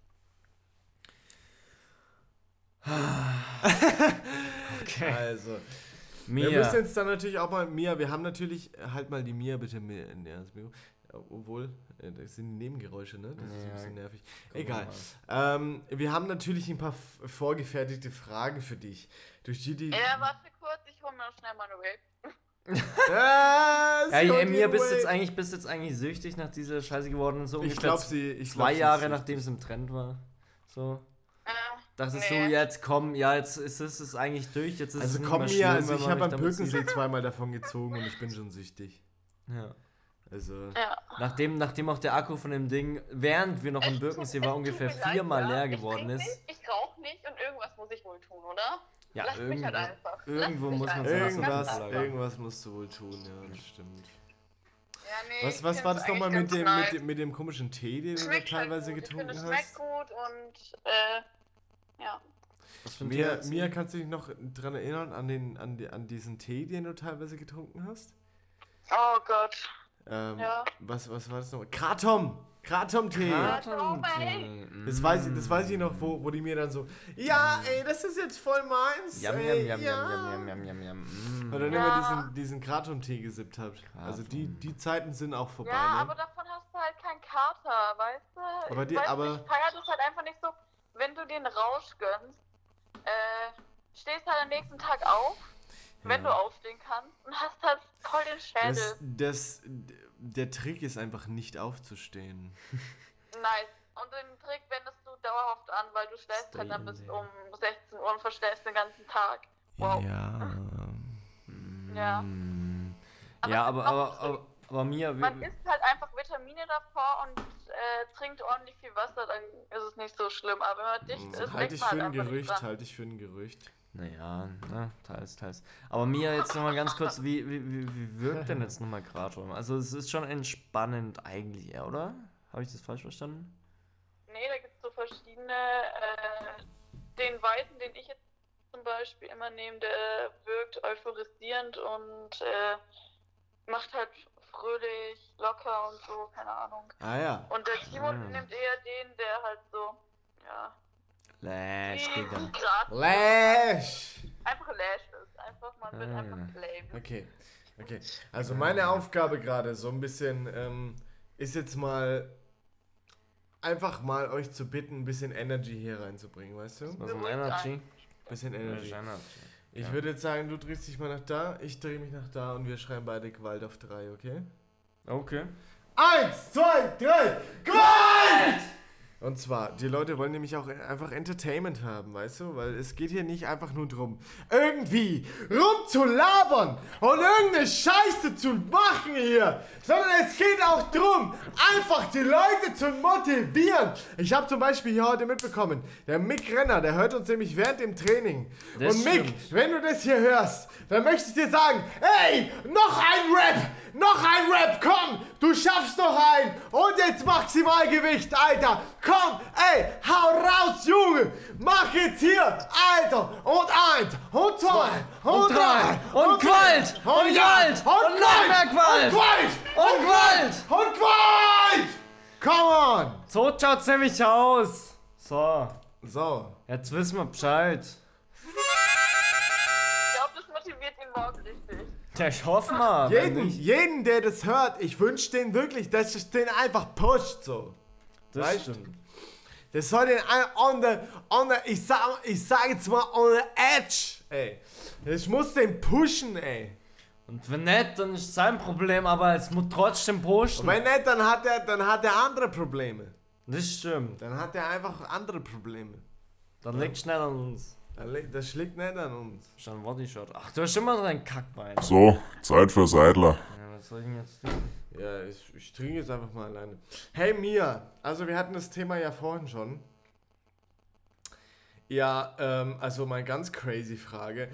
Okay. Also, Mia. wir müssen jetzt dann natürlich auch mal, Mia, wir haben natürlich, halt mal die Mia bitte näher ins Mikro. Obwohl, das sind die Nebengeräusche, ne? Das ist ein Ja. bisschen nervig. Guck Egal. mal. Wir haben natürlich ein paar vorgefertigte Fragen für dich. Durch die... Warte kurz, ich hol mir noch schnell meine Vape. Mia, bist jetzt eigentlich süchtig nach dieser Scheiße geworden? So Ich ungefähr glaube, sie... zwei Jahre, nachdem es im Trend war. So. Dachtest du, jetzt komm, ja, jetzt ist es eigentlich durch, jetzt ist Also es nicht komm, mehr Mia, schlimm, also wenn ich man habe mich am damit Birkensee sieht. zweimal davon gezogen und ich bin schon süchtig. Ja. Also... Ja. Nachdem auch der Akku von dem Ding, während wir noch am Birkensee war, ungefähr 4-mal leer geworden ist. Ich rauche nicht und irgendwas muss ich wohl tun, oder? Ja, Lass mich halt einfach. irgendwo Lass mich muss man einfach. sagen, Ganz einfach. Irgendwas musst du wohl tun, ja, das stimmt. Ja, nee, ich Was war find's das nochmal mit eigentlich ganz nice. mit dem komischen Tee, den du da Schmeckt halt teilweise gut. getrunken Ich finde, es schmeckt hast? gut und ja. Was für ein Tee? Mia, kannst du dich noch dran erinnern an diesen Tee, den du teilweise getrunken hast? Oh Gott. Ja. Ja. Was war das nochmal? Kratom! Kratom-Tee. Kratom-Tee. Das weiß ich noch, wo die mir dann so, ja, ey, das ist jetzt voll meins. Yum, ey, yum, yum, ja. yum, yum, yum, yum, yum. Und dann immer diesen Kratom-Tee gesippt habt. Also die Zeiten sind auch vorbei, Ja, ne? aber davon hast du halt keinen Kater, weißt du? Aber Ich feiere das halt einfach nicht so, wenn du den Rausch gönnst, stehst halt am nächsten Tag auf, wenn du aufstehen kannst, und hast halt voll den Schädel. Der Trick ist einfach nicht aufzustehen. Nice. Und den Trick wendest du dauerhaft an, weil du schläfst halt dann bis um 16 Uhr und verschläfst den ganzen Tag. Wow. Ja. Ja, aber Mia... Man isst halt einfach Vitamine davor und trinkt ordentlich viel Wasser, dann ist es nicht so schlimm. Aber wenn man dicht ist, Halte ich man für halt ein einfach nicht dran. Gerücht. Naja, teils. Aber Mia, jetzt nochmal ganz kurz, wie wirkt denn jetzt nochmal Kratom? Also es ist schon entspannend eigentlich eher, oder? Habe ich das falsch verstanden? Nee, da gibt es so verschiedene. Den Weißen, den ich jetzt zum Beispiel immer nehme, der wirkt euphorisierend und macht halt fröhlich, locker und so, keine Ahnung. Ah ja. Und der Timo nimmt eher den, der halt so, ja. Lash, Digga. Lash! Einfach Lash ist. Einfach, man will einfach claimen. Okay. Also meine Aufgabe gerade so ein bisschen ist jetzt mal einfach mal euch zu bitten, ein bisschen Energy hier reinzubringen, weißt du? Was ein Energy? Bisschen Energy. Ich würde jetzt sagen, du drehst dich mal nach da, ich drehe mich nach da und wir schreiben beide Gewalt auf 3, okay? Okay. 1, 2, 3, Gewalt! Und zwar, die Leute wollen nämlich auch einfach Entertainment haben, weißt du? Weil es geht hier nicht einfach nur drum, irgendwie rumzulabern und irgendeine Scheiße zu machen hier, sondern es geht auch drum, einfach die Leute zu motivieren. Ich habe zum Beispiel hier heute mitbekommen, der Mick Renner, der hört uns nämlich während dem Training. Das und Mick, stimmt. wenn du das hier hörst, dann möchte ich dir sagen, ey, noch ein Rap, komm, du schaffst noch einen und jetzt Maximalgewicht, Alter, komm, ey, hau raus, Junge, mach jetzt hier, Alter, und 1, und 2, und 3, und Qualt, und Qualt, und noch mehr Qualt, und Qualt, und Qualt, come on. So schaut's nämlich aus. So, Jetzt wissen wir Bescheid. Ich glaube, das motiviert ihn morgen richtig. Ja, ich hoffe mal. wenn nicht- jeden, der das hört, ich wünsche den wirklich, dass es den einfach pusht, so. Das Weißt du? stimmt. Das soll den ich sag jetzt mal, on the edge, ey. Ich muss den pushen, ey. Und wenn nicht, dann ist sein Problem, aber es muss trotzdem pushen. Und wenn nicht, dann hat er andere Probleme. Das stimmt. Dann hat er einfach andere Probleme. Dann liegt schnell an uns. Das liegt nicht an uns. Schon Bodyshot. Ach, du hast immer dein Kackbein. So, Zeit für Seidler. Ja, was soll ich denn jetzt tun? Ja, ich trinke jetzt einfach mal alleine. Hey Mia, also wir hatten das Thema ja vorhin schon. Ja, also mal ganz crazy Frage.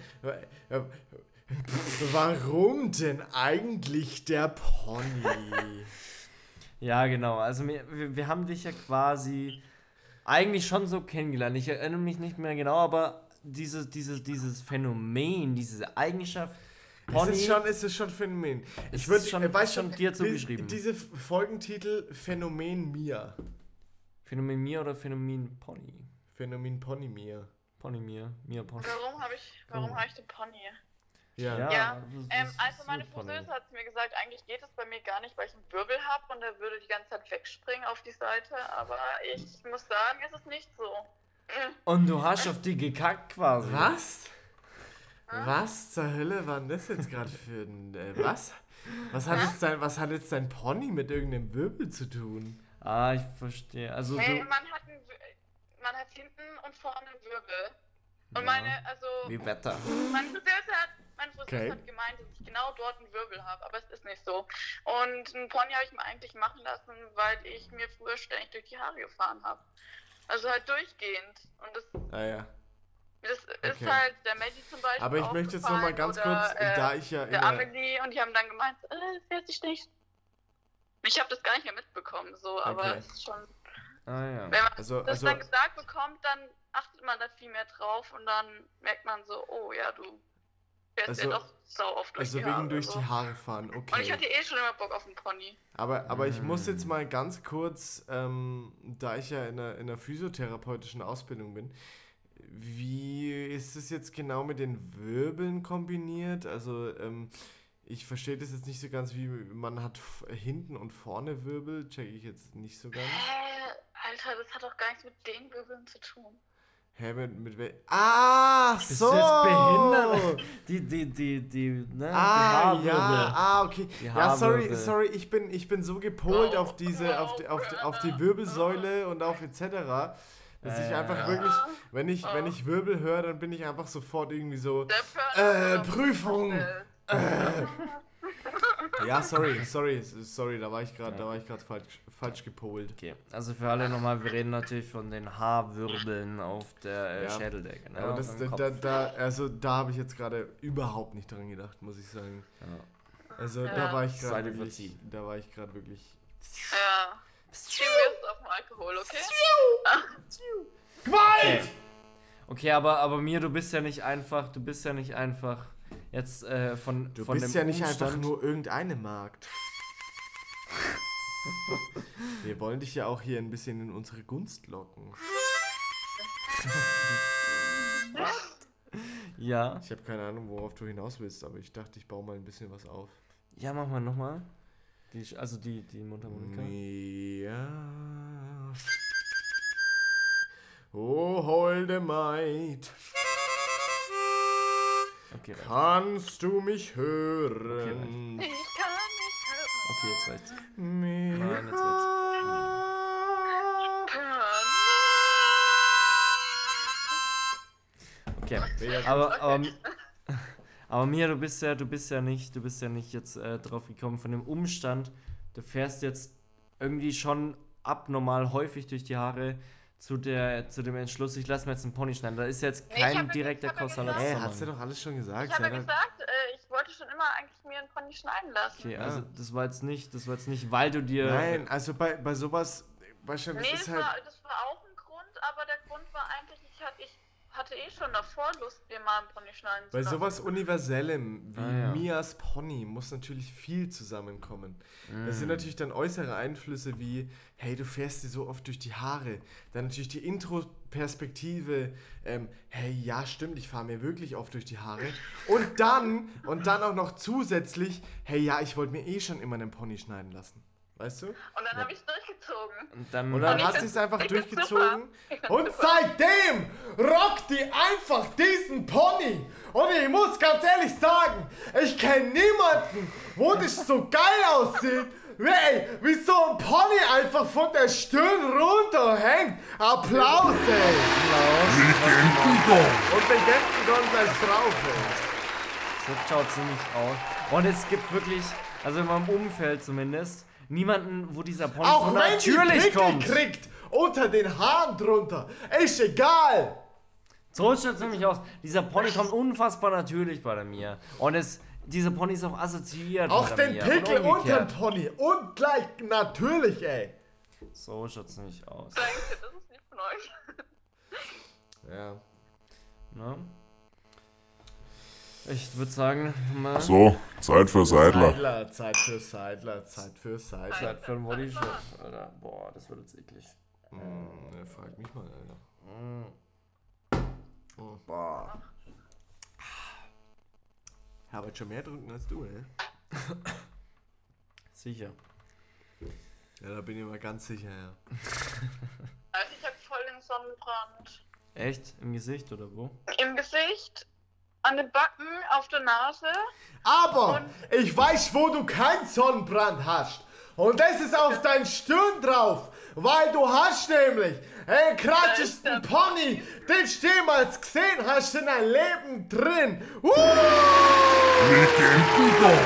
Warum denn eigentlich der Pony? Ja, genau. Also wir haben dich ja quasi eigentlich schon so kennengelernt. Ich erinnere mich nicht mehr genau, aber dieses Phänomen, diese Eigenschaft Pony... Es ist schon Phänomen. Ich würde schon dir zugeschrieben. Diese Folgentitel Phänomen Mia. Phänomen Mia oder Phänomen Pony? Phänomen Pony Mia. Pony Mia. Mia Pony. Warum hab ich den Pony? Ja. Ja, das ist also meine so Pony. Friseuse hat mir gesagt, eigentlich geht es bei mir gar nicht, weil ich einen Wirbel habe und er würde die ganze Zeit wegspringen auf die Seite, aber ich muss sagen, es ist nicht so. Und du hast auf die gekackt quasi. Was? Was zur Hölle war denn das jetzt gerade für ein... was? Was hat jetzt dein Pony mit irgendeinem Wirbel zu tun? Ah, ich verstehe. Also Hey, du... man hat hinten und vorne einen Wirbel. Und Ja. Wie Wetter. meine Friseuse Okay. hat gemeint, dass ich genau dort einen Wirbel habe, aber es ist nicht so. Und einen Pony habe ich mir eigentlich machen lassen, weil ich mir früher ständig durch die Haare gefahren habe. Also halt durchgehend. Und das ist Okay. halt der Melly zum Beispiel. Aber ich möchte jetzt noch mal ganz kurz, da ich ja in der Amelie, und die haben dann gemeint, fährt sich nicht. Ich habe das gar nicht mehr mitbekommen, so, aber Okay. es ist schon. Ah ja. Wenn man Also- das dann gesagt bekommt, dann achtet man da viel mehr drauf und dann merkt man so, oh ja, du Fährst ja doch sau oft durch Also die wegen Haare. durch so. die Haare fahren, Und ich okay. hatte schon immer Bock auf einen Pony. Aber ich muss jetzt mal ganz kurz, da ich ja in einer physiotherapeutischen Ausbildung bin, wie ist es jetzt genau mit den Wirbeln kombiniert? Also ich verstehe das jetzt nicht so ganz, wie man hat hinten und vorne Wirbel, checke ich jetzt nicht so ganz. Alter, das hat doch gar nichts mit den Wirbeln zu tun. Hä, Ah, Bist so! du jetzt behindert? Die Haarwirbel. Okay. Die Ja, Haarwirbel. sorry, ich bin so gepolt auf die Wirbelsäule und auf etc., dass ich einfach wirklich, wenn ich Wirbel höre, dann bin ich einfach sofort irgendwie so, Prüfung! Ja, sorry, da war ich gerade falsch gepolt. Okay, also für alle nochmal, wir reden natürlich von den Haarwirbeln auf der Ja. Schädeldecke. Ne? Aber auf dem Kopf. da habe ich jetzt gerade überhaupt nicht dran gedacht, muss ich sagen. Ja. Also Ja. da war ich Sei gerade dir wirklich, verziehen. Ja. Schieben wir jetzt auf den Alkohol, okay? Gewalt! Okay, aber Mir, du bist ja nicht einfach jetzt von Du von bist dem ja nicht einfach Umstand- nur irgendeine Magd. Wir wollen dich ja auch hier ein bisschen in unsere Gunst locken. Ja. Ich habe keine Ahnung, worauf du hinaus willst, aber ich dachte, ich baue mal ein bisschen was auf. Ja, mach mal nochmal. Die Mundharmonika. Ja. Oh, holde Maid, Okay, reicht. kannst du mich hören? Ich kann nicht hören. Okay, jetzt reicht's. Nein, Nein, jetzt reicht's. Okay. Aber Mia, du bist ja nicht jetzt drauf gekommen von dem Umstand, du fährst jetzt irgendwie schon abnormal häufig durch die Haare zu dem Entschluss, ich lasse mir jetzt einen Pony schneiden. Da ist jetzt Nee, ich kein hab ja direkter gesagt- kausaler Hey, Zusammenhang. hat's ja doch alles schon gesagt. Ich habe ja Sarah. gesagt, ich wollte schon immer eigentlich mir einen Pony schneiden lassen. Okay, Ja. also das war jetzt nicht, weil du dir... Nein, also bei sowas, weißt du, das Nee, ist das halt... war auch ein Grund, aber der Grund war eigentlich, ich hatte schon davor Lust, mir mal einen Pony schneiden zu Bei lassen. sowas Universellem wie Ja. Mias Pony muss natürlich viel zusammenkommen. Das Mm. sind natürlich dann äußere Einflüsse wie, hey, du fährst dir so oft durch die Haare. Dann natürlich die Introperspektive, hey, ja, stimmt, ich fahre mir wirklich oft durch die Haare. Und dann auch noch zusätzlich, hey, ja, ich wollte mir eh schon immer einen Pony schneiden lassen. Weißt du? Und dann habe ich es durchgezogen. Und dann, Und dann ich hat find's- sie es einfach ich find's durchgezogen. super. Ich find's Und super. seitdem rockt die einfach diesen Pony. Und ich muss ganz ehrlich sagen, ich kenne niemanden, wo das so geil aussieht. Wie so ein Pony einfach von der Stirn runterhängt. Applaus, ey. Legendengong. Und Legendengong gleich drauf, ey. so schaut's nämlich aus. Und es gibt wirklich, also in meinem Umfeld zumindest, niemanden, wo dieser Pony Auch so wenn die natürlich Pickel kommt. kriegt, unter den Haaren drunter. Ist egal. So schaut's nämlich aus. Dieser Pony kommt unfassbar natürlich bei der Mia. Und dieser Pony ist auch assoziiert Auch mit der den Mia. Pickel Und unterm umgekehrt. Pony. Und gleich natürlich, ey. So schaut's nämlich aus. Danke, das ist nicht von euch. Ja. Ne? Ich würde sagen, mal So, Zeit für Seidler. Zeit für Seidler. Zeit Zeit für einen Bodyshot, Alter. Boah, das wird jetzt eklig. Frag mich mal, Alter. Boah. Ich habe schon mehr drücken als du, ey. Sicher. Ja, da bin ich mal ganz sicher, ja. Also ich habe voll den Sonnenbrand. Echt? Im Gesicht oder wo? Im Gesicht, an den Backen, auf der Nase. Aber ich weiß, wo du keinen Sonnenbrand hast. Und das ist auf dein Stirn drauf. Weil du hast nämlich den kratschesten Pony, den du jemals gesehen hast in deinem Leben drin. Legendengong.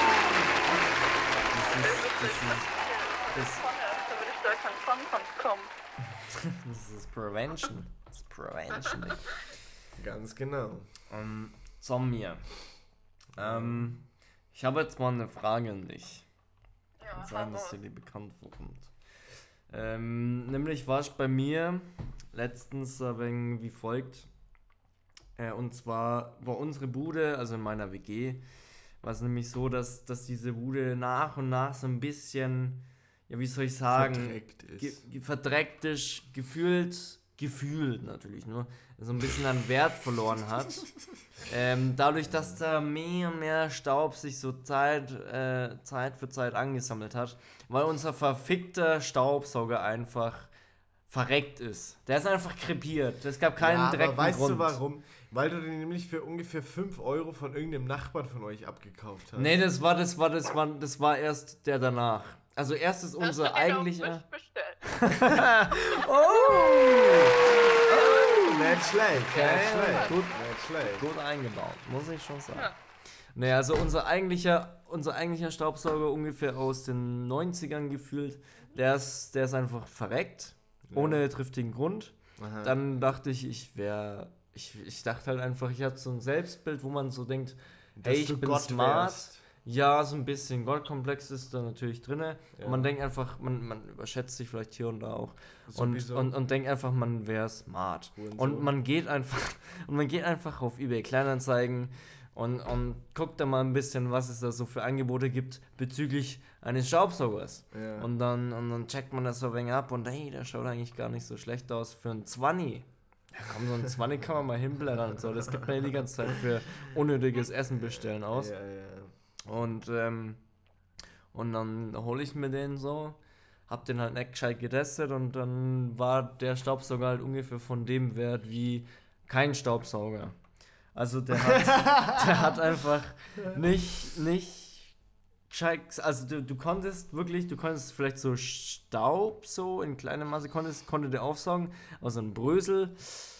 Das Da würde ich da kein Sonnenbrand bekommen. ist Prevention. Das ist Prevention. Ey. Ganz genau. So, Mia. Ich habe jetzt mal eine Frage an dich. Ja, Kann sein, dass aber- dir die bekannt vorkommt. Nämlich war es bei mir letztens ein wenig wie folgt. Und zwar war unsere Bude, also in meiner WG, war es nämlich so, dass diese Bude nach und nach so ein bisschen, ja, wie soll ich sagen, verdreckt ist, gefühlt natürlich nur, so ein bisschen an Wert verloren hat. Dadurch, dass da mehr und mehr Staub sich so Zeit für Zeit angesammelt hat, weil unser verfickter Staubsauger einfach verreckt ist. Der ist einfach krepiert. Es gab keinen direkten Grund. Weißt du warum? Weil du den nämlich für ungefähr 5 Euro von irgendeinem Nachbarn von euch abgekauft hast. Nee, das war erst der danach. Also erst ist unser eigentlicher... Nicht schlecht. Gut eingebaut, muss ich schon sagen. Ja. Naja, also unser eigentlicher Staubsauger ungefähr aus den 90ern gefühlt, der ist einfach verreckt, ohne triftigen Grund. Aha. Dann dachte ich dachte halt einfach, ich hatte so ein Selbstbild, wo man so denkt, hey, ich bin smart. Ja, so ein bisschen Goldkomplex ist da natürlich drin. Ja. Und man denkt einfach, man überschätzt sich vielleicht hier und da auch. Und denkt einfach, man wäre smart. Und man geht einfach auf eBay Kleinanzeigen und guckt da mal ein bisschen, was es da so für Angebote gibt bezüglich eines Staubsaugers. Ja. Und dann checkt man das so ein wenig ab und hey, der schaut eigentlich gar nicht so schlecht aus für einen 20. Ja komm, so einen 20 kann man mal hinblättern und so. Das gibt mir die ganze Zeit für unnötiges Essen bestellen aus. Ja. Und dann hole ich mir den so, hab den halt nicht gescheit getestet und dann war der Staubsauger halt ungefähr von dem Wert wie kein Staubsauger. Also der hat einfach nicht gescheit, also du konntest vielleicht so Staub so in kleiner Masse konnte der aufsaugen, aber so ein Brösel,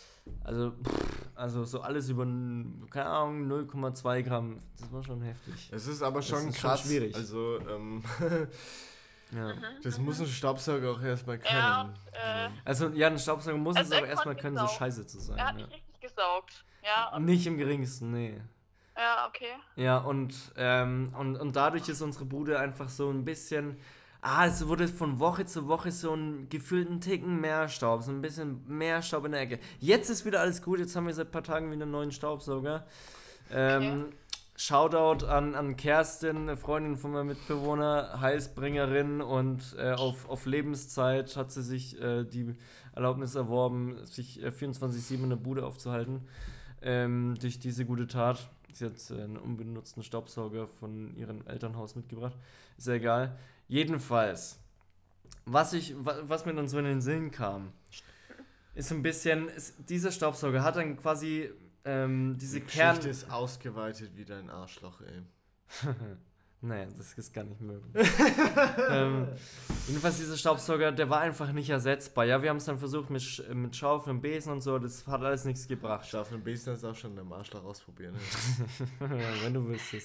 also so alles über, keine Ahnung, 0,2 Gramm, das war schon heftig. Es ist aber schon krass, schon schwierig. Also, ja. Das muss ein Staubsauger auch erstmal können. Ja, ein Staubsauger muss es aber erstmal können, so scheiße zu sein. Er hat nicht richtig gesaugt. Ja, nicht im geringsten, nee. Ja, okay. Ja, und dadurch ist unsere Bude einfach so ein bisschen... es wurde von Woche zu Woche so einen gefühlten Ticken mehr Staub, so ein bisschen mehr Staub in der Ecke. Jetzt ist wieder alles gut, jetzt haben wir seit ein paar Tagen wieder einen neuen Staubsauger. Okay. Shoutout an Kerstin, eine Freundin von meinem Mitbewohner, Heilsbringerin und auf Lebenszeit hat sie sich die Erlaubnis erworben, sich 24/7 in der Bude aufzuhalten, durch diese gute Tat. Sie hat einen unbenutzten Staubsauger von ihrem Elternhaus mitgebracht, ist ja egal. Jedenfalls, was mir dann so in den Sinn kam, ist ein bisschen, dieser Staubsauger hat dann quasi diese Kern... Die Geschichte ist ausgeweitet wie dein Arschloch, ey. Naja, das ist gar nicht möglich. Jedenfalls dieser Staubsauger, der war einfach nicht ersetzbar. Ja, wir haben es dann versucht mit Schaufel und Besen und so, das hat alles nichts gebracht. Schaufel und Besen hast du auch schon im Arschloch ausprobieren. Ja, wenn du wüsstest.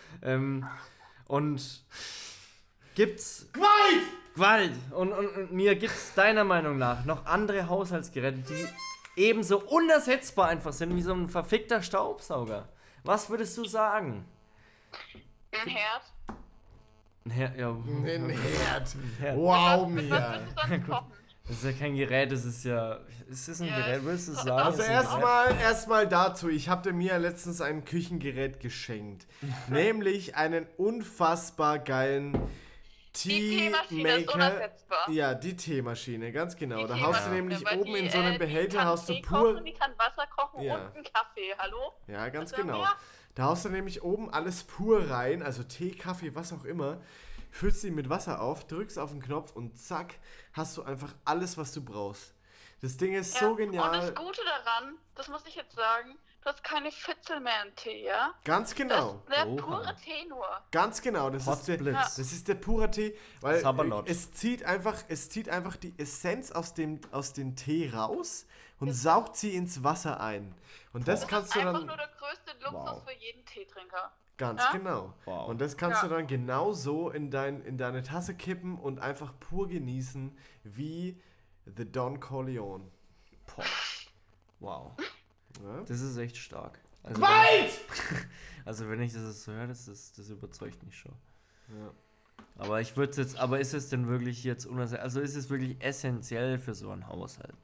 Und gibt's... Gewalt! Und mir gibt's deiner Meinung nach noch andere Haushaltsgeräte, die ebenso unersetzbar einfach sind wie so ein verfickter Staubsauger. Was würdest du sagen? Ein Herd. Ein Herd, ja. Ein Herd. Wow, Mia. Was würdest du sonst kochen? Das ist ja kein Gerät, das ist ja... Ist das ein Gerät, würdest du sagen? Also erstmal dazu, ich habe der Mia letztens ein Küchengerät geschenkt. Nämlich einen unfassbar geilen Teemaker. Ja, die Teemaschine, ganz genau. Da haust du nämlich oben in so einem Behälter, haust du pur... Die kann Wasser kochen und einen Kaffee, hallo? Ja, ganz genau. Da haust du nämlich oben alles pur rein, also Tee, Kaffee, was auch immer, füllst sie mit Wasser auf, drückst auf den Knopf und zack, hast du einfach alles, was du brauchst. Das Ding ist so genial. Und das Gute daran, das muss ich jetzt sagen, du hast keine Fitzel mehr im Tee, ja? Ganz genau. Das ist der pure Tee nur. Ganz genau, das ist der pure Tee, weil es zieht einfach die Essenz aus dem Tee raus und saugt sie ins Wasser ein. Und das kannst du dann... Das ist einfach nur der größte Luxus für jeden Teetrinker. Ganz genau. Wow. Und das kannst du dann genauso in deine Tasse kippen und einfach pur genießen wie The Don Corleone. Boah. Wow. Ja? Das ist echt stark. Also wenn ich das so höre, das überzeugt mich schon. Ja. Aber ist es denn wirklich jetzt ist es wirklich essentiell für so einen Haushalt, ne?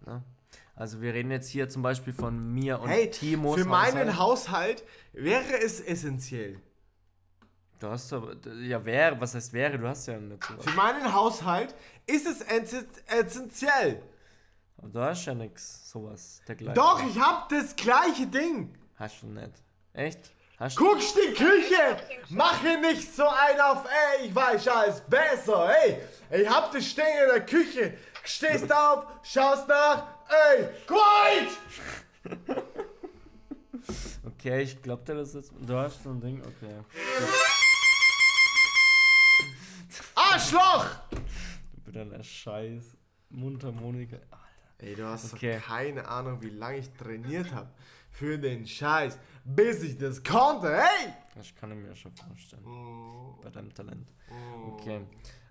Also wir reden jetzt hier zum Beispiel von mir und Hey, Timos für meinen Haushalt wäre es essentiell. Du hast aber, ja wäre, was heißt wäre, du hast ja nicht sowas. Für meinen Haushalt ist es essentiell. Aber du hast ja nix, sowas, dergleichen. Doch, ich hab das gleiche Ding. Hast du nicht. Echt? Hast du? Guckst die Küche! Mach hier nicht so einen auf, ey, ich weiß alles besser, ey! Ich hab das Ding in der Küche. Stehst auf, schaust nach, ey, quiet! Okay, ich glaub dir das jetzt. Du hast so ein Ding, okay. Arschloch! Mit deiner scheiß Mundharmonika. Alter. Ey, du hast Okay. doch keine Ahnung, wie lange ich trainiert habe für den Scheiß, bis ich das konnte, hey! Das kann ich mir schon vorstellen. Mm, Bei deinem Talent. mm. Okay.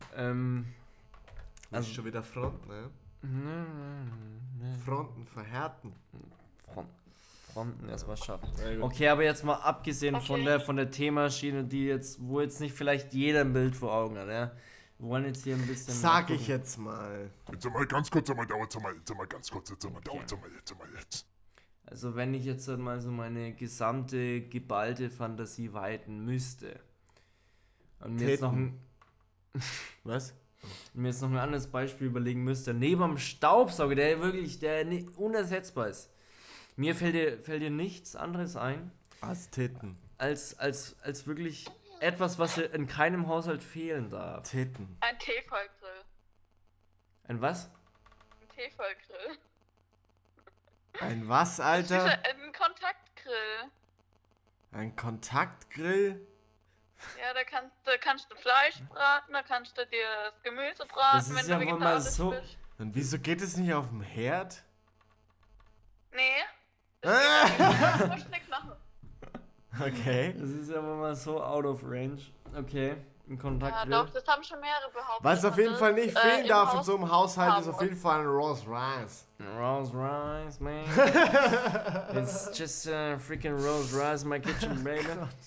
Also schon wieder Front, ne? Fronten verhärten. Fronten erstmal schaffen. Sehr gut. Okay, aber jetzt mal abgesehen Okay. von der Themaschiene, wo jetzt nicht vielleicht jeder ein Bild vor Augen hat, ja? Wir wollen jetzt hier ein bisschen. Sag mal ich gucken. jetzt mal. Jetzt mal ganz kurz, dauert mal ganz kurz, jetzt mal jetzt. Also wenn ich jetzt mal so meine gesamte geballte Fantasie weiten müsste und mir jetzt, Was? mir jetzt noch ein anderes Beispiel überlegen müsste, neben dem Staubsauger, der unersetzbar ist. Mir fällt dir nichts anderes ein, Als Titten. als wirklich etwas, was in keinem Haushalt fehlen darf. Titten. Ein Tefallgrill. Ein was? Ein Tefallgrill. Ein was, Ein Alter? Kontaktgrill. Ein Kontaktgrill? Ja, da kannst du Fleisch braten, da kannst du dir das Gemüse braten, Das ist wenn ja du wohl mal vegetarisch so- bist. Und wieso geht es nicht auf dem Herd? Nee. Du musst nichts machen. Okay. Das ist ja wohl mal so out of range. Okay, ein Ja, Kontaktgrill. doch, das haben schon mehrere behauptet. Was auf jeden und Fall das, nicht fehlen im darf in Haus so einem Haushalt, haben ist auf wir. jeden Fall ein Rolls Royce. Rolls Royce, man. It's just a freaking Rolls Royce in my kitchen, baby.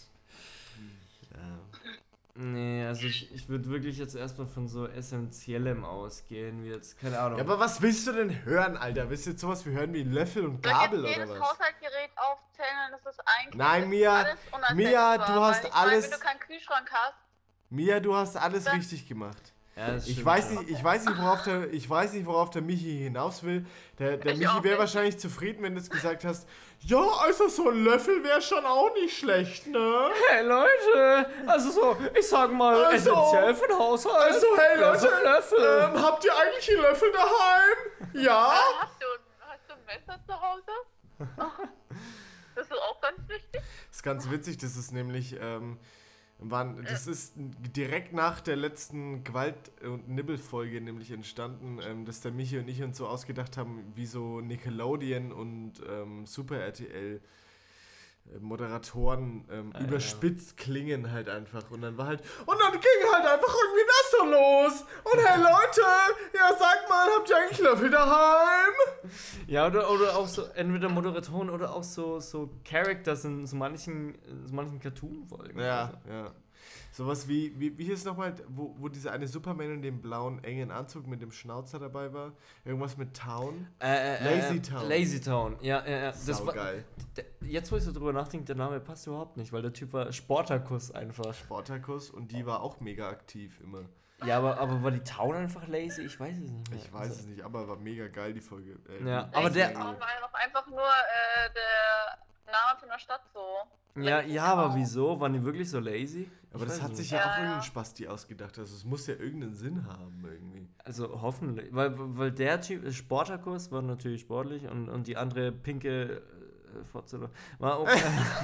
Nee, also ich würde wirklich jetzt erstmal von so Essentiellem ausgehen, wie jetzt, keine Ahnung. Ja, aber was willst du denn hören, Alter? Willst du jetzt sowas wie hören wie Löffel und Soll ich Gabel jetzt oder jedes was? Haushaltsgerät aufzählen und das ist eigentlich Nein, Mia, alles unersetzbar, Mia, du hast weil ich alles- Meine, wenn du keinen Kühlschrank hast, Mia, du hast alles Das- richtig gemacht. Ja, das Ich stimmt weiß schon. nicht, ich weiß nicht, worauf der Michi hinaus will. Der Ich Michi auch wäre nicht. wahrscheinlich zufrieden, wenn du es gesagt hast. Ja, also so ein Löffel wäre schon auch nicht schlecht, ne? Hey Leute, also so, ich sag mal, Also- essentiell für den Haushalt. Also, hey Leute, Löffel. habt ihr eigentlich einen Löffel daheim? Ja? hast du ein Messer zu Hause? Das ist auch ganz wichtig. Das ist ganz witzig, das ist nämlich, das ist direkt nach der letzten Gewalt- und Nibbelfolge nämlich entstanden, dass der Michi und ich uns so ausgedacht haben, wie so Nickelodeon und Super RTL Moderatoren überspitzt klingen halt einfach. Und dann ging halt einfach irgendwie das so los. Und hey Leute, ja sag mal, habt ihr eigentlich Löffel daheim? Ja, oder auch so, entweder Moderatoren oder auch so Characters in so manchen Cartoon-Folgen. Ja, Also. ja. Sowas wie hieß es nochmal, wo dieser eine Superman in dem blauen, engen Anzug mit dem Schnauzer dabei war? Irgendwas mit Town? Lazy Town. Lazy Town, ja. Das war, Saugeil. jetzt, wo ich so drüber nachdenke, der Name passt überhaupt nicht, weil der Typ war Sportakus einfach. Sportakus und die war auch mega aktiv immer. Ja, aber war die Town einfach lazy? Ich weiß es nicht mehr. Ich weiß es nicht, aber war mega geil, die Folge. Ja, die aber der- Serie. Town war ja noch einfach nur der Name von der Stadt so. Ja, aber wieso? Waren die wirklich so lazy? Aber Ich das weiß hat es sich nicht. ja auch Ja, ja. irgendein Spasti ausgedacht. Also es muss ja irgendeinen Sinn haben irgendwie. Also hoffentlich. Weil der Typ, Sportakus war natürlich sportlich und die andere pinke Fotze war auch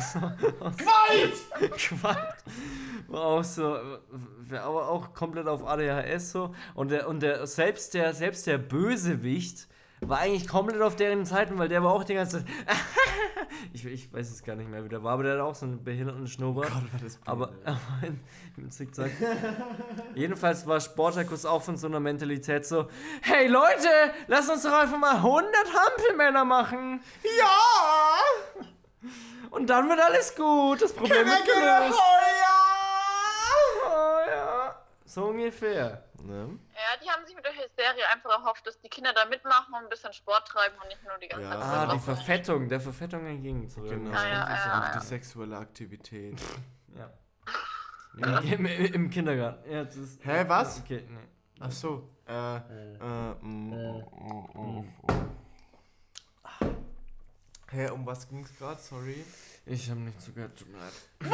Gewalt! War auch so, aber auch komplett auf ADHS so. Und selbst der Bösewicht war eigentlich komplett auf deren Seiten, weil der war auch die ganze Zeit. Ich weiß es gar nicht mehr, wie der war, aber der hat auch so einen behinderten Schnurrbart. Gott, war das Aber behindert. im Zickzack. Jedenfalls war Sportakus auch von so einer Mentalität so: Hey Leute, lass uns doch einfach mal 100 Hampelmänner machen. Ja! Und dann wird alles gut. Das Problem wird gelöst. Oh ja. So ungefähr. Ne? Ja, die haben sich mit der Serie einfach erhofft, dass die Kinder da mitmachen und ein bisschen Sport treiben und nicht nur die ganze Ja. Zeit. Ah, die rumlaufen. Verfettung, der Verfettung entgegenzuwirken. Genau. Das Ja, kann so ja, sein. ja. Die sexuelle Aktivität. Ja. Ja. Im Kindergarten. Ja, das ist, Hä, was? Okay, nee. Ach so. Hä, um was ging's gerade? Sorry. Ich habe nicht zugehört, tut mir leid.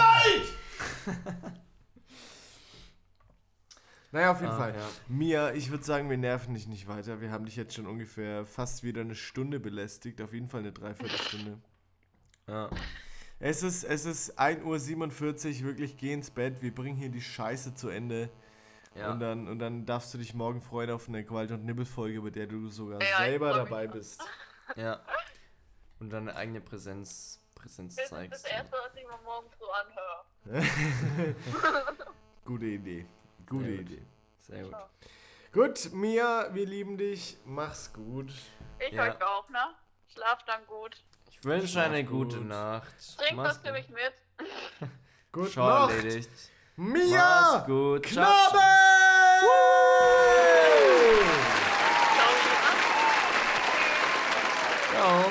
Naja, auf jeden Fall. Ja. Mia, ich würde sagen, wir nerven dich nicht weiter. Wir haben dich jetzt schon ungefähr fast wieder eine Stunde belästigt. Auf jeden Fall eine Dreiviertelstunde. Ja. Es ist 1:47 Uhr, wirklich geh ins Bett. Wir bringen hier die Scheiße zu Ende. Ja. Und dann darfst du dich morgen freuen auf eine Gewalt- und Nibbelfolge, bei der du sogar Ja, ich selber freu mich dabei schon. bist. Ja. Und deine eigene Präsenz Das ist das zeigst. Erste, was ich mir morgens so anhöre. Gute Idee. Gute Sehr gut. Idee. Sehr gut. Gut, Mia, wir lieben dich. Mach's gut. Ich Ja. euch auch, ne? Schlaft dann gut. Ich wünsche Schlaf eine gut. gute Nacht. Trinkt Mach's was für mich mit. Gut Schon Nacht. erledigt. Mia! Mach's gut. Knabe! Ciao.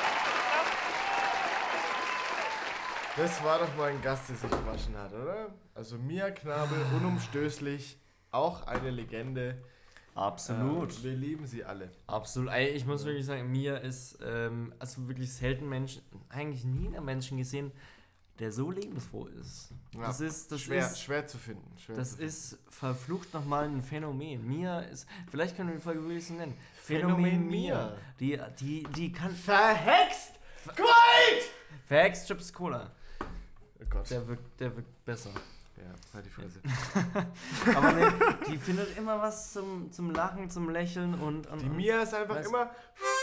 Das war doch mal ein Gast, der sich gewaschen hat, oder? Also Mia Knabel, unumstößlich, auch eine Legende. Absolut. Wir lieben sie alle. Absolut. Ey, ich muss wirklich sagen, Mia ist also wirklich selten Menschen, eigentlich nie einen Menschen gesehen, der so lebensfroh ist. Ja, Das ist schwer zu finden. das ist verflucht nochmal ein Phänomen. Mia ist, vielleicht können wir die Folge wirklich so nennen. Phänomen Mia. Die kann Verhext! Gold! Verhext Chips Cola. Oh Gott. Der wirkt besser. Ja, halt die Fresse. Aber nee, die findet immer was zum Lachen, zum Lächeln und Die Mia ist einfach Weißt- immer...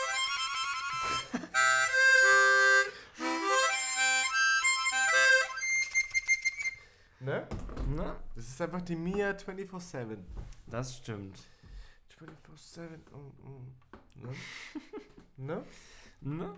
Ne? Na, Das ist einfach die Mia 24/7. das stimmt. 24/7. Ne? Ne? Ne?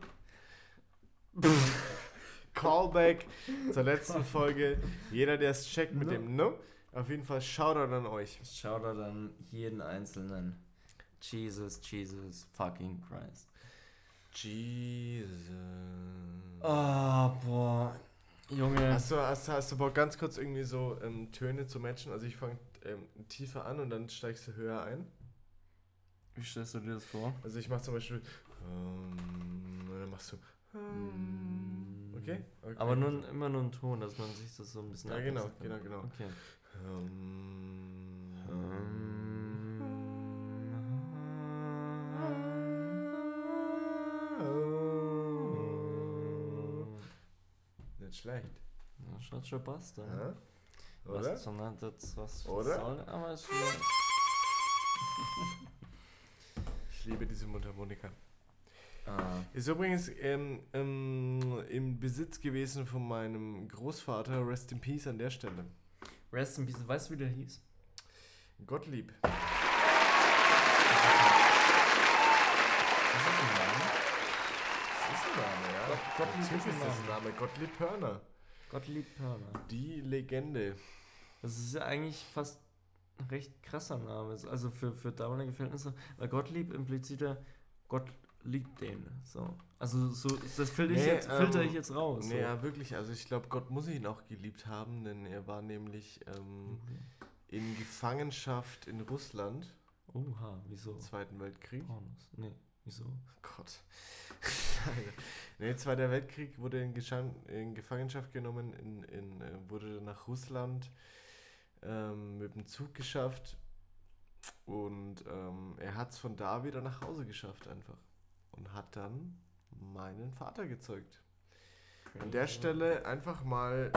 Callback zur letzten Folge. Jeder, der es checkt mit dem Ne, auf jeden Fall Shoutout an euch. Schau da dann jeden Einzelnen. Jesus fucking Christ. Jesus. Oh, boah. Junge. Hast du Bock, ganz kurz irgendwie so Töne zu matchen? Also ich fange tiefer an und dann steigst du höher ein. Wie stellst du dir das vor? Also ich mach zum Beispiel und dann machst du okay? Aber immer nur ein Ton, dass man sich das so ein bisschen Ja, genau. abwechseln kann. Okay. Nicht schlecht. Ja, schaut schon passt, Ja? ne? Oder? Was was Oder? soll, aber ist vielleicht. Ich liebe diese Mundharmonika. Ah. Ist übrigens im Besitz gewesen von meinem Großvater. Rest in Peace an der Stelle. Rest in Peace, weißt du, wie der hieß? Gottlieb. Was ist ein Name? Das ist ein Name, ja. Gottlieb Natürlich ist ein ist das ein Name. Name. Gottlieb Pörner. Gottlieb Pörner. Die Legende. Das ist ja eigentlich fast ein recht krasser Name. Also für damalige Verhältnisse. Weil Gottlieb impliziert ja, Gott liebt den. So. Also so, das filter ich jetzt raus. Nee, so. ja, wirklich. Also ich glaube, Gott muss ihn auch geliebt haben, denn er war nämlich in Gefangenschaft in Russland Oha, wieso? im Zweiten Weltkrieg. Pornos. Nee, wieso? Gott. Nee, Zweiter Weltkrieg wurde in Gefangenschaft genommen, wurde dann nach Russland mit dem Zug geschafft und er hat es von da wieder nach Hause geschafft einfach und hat dann meinen Vater gezeugt. An der Stelle einfach mal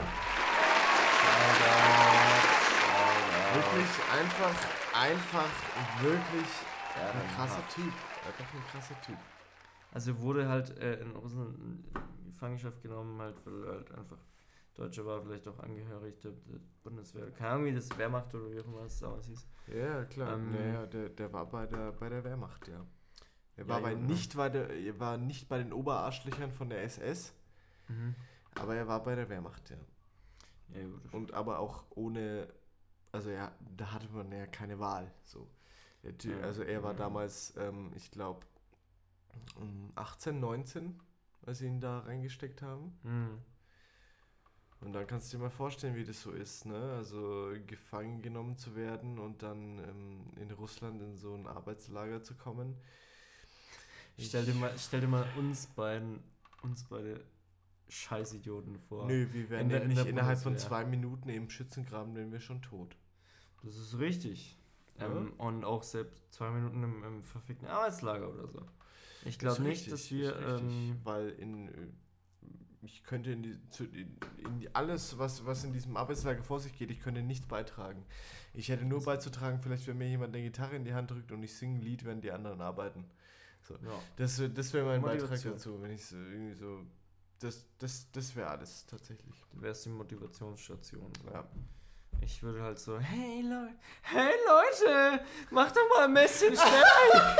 wirklich einfach wirklich ein krasser Typ. Einfach ein krasser Typ. Also wurde halt in Russland in Gefangenschaft genommen, halt, weil er halt einfach Deutscher war, vielleicht auch angehörig der Bundeswehr. Keine Ahnung, wie das Wehrmacht oder wie auch immer es damals hieß. Ja, klar. Naja, der war bei der Wehrmacht, ja. Er war, ja, er war nicht bei den Oberarschlöchern von der SS, aber er war bei der Wehrmacht, ja. Ja, gut. Und aber auch ohne also da hatte man ja keine Wahl. So. Also er war damals, ich glaube, 18, 19, als sie ihn da reingesteckt haben. Und dann kannst du dir mal vorstellen, wie das so ist, ne? Also gefangen genommen zu werden und dann in Russland in so ein Arbeitslager zu kommen. Stell dir mal uns beide Scheißidioten vor. Nö, wir wären In der nämlich innerhalb von Bundeswehr. 2 Minuten im Schützengraben, wären wir schon tot. Das ist richtig. Ja. Und auch selbst 2 Minuten im verfickten Arbeitslager oder so. Ich Das glaube ist nicht, richtig, dass wir... ist richtig, weil ich könnte alles, was in diesem Arbeitslager vor sich geht, ich könnte nichts beitragen. Ich hätte nur beizutragen, vielleicht wenn mir jemand eine Gitarre in die Hand drückt und ich singe ein Lied, während die anderen arbeiten. So. ja. Das wäre mein Beitrag Motivation. dazu, wenn ich so irgendwie so. Das wäre alles tatsächlich. Du wärst die Motivationsstation. So. Ja. Ich würde halt so, hey Leute, mach doch mal ein bisschen schneller.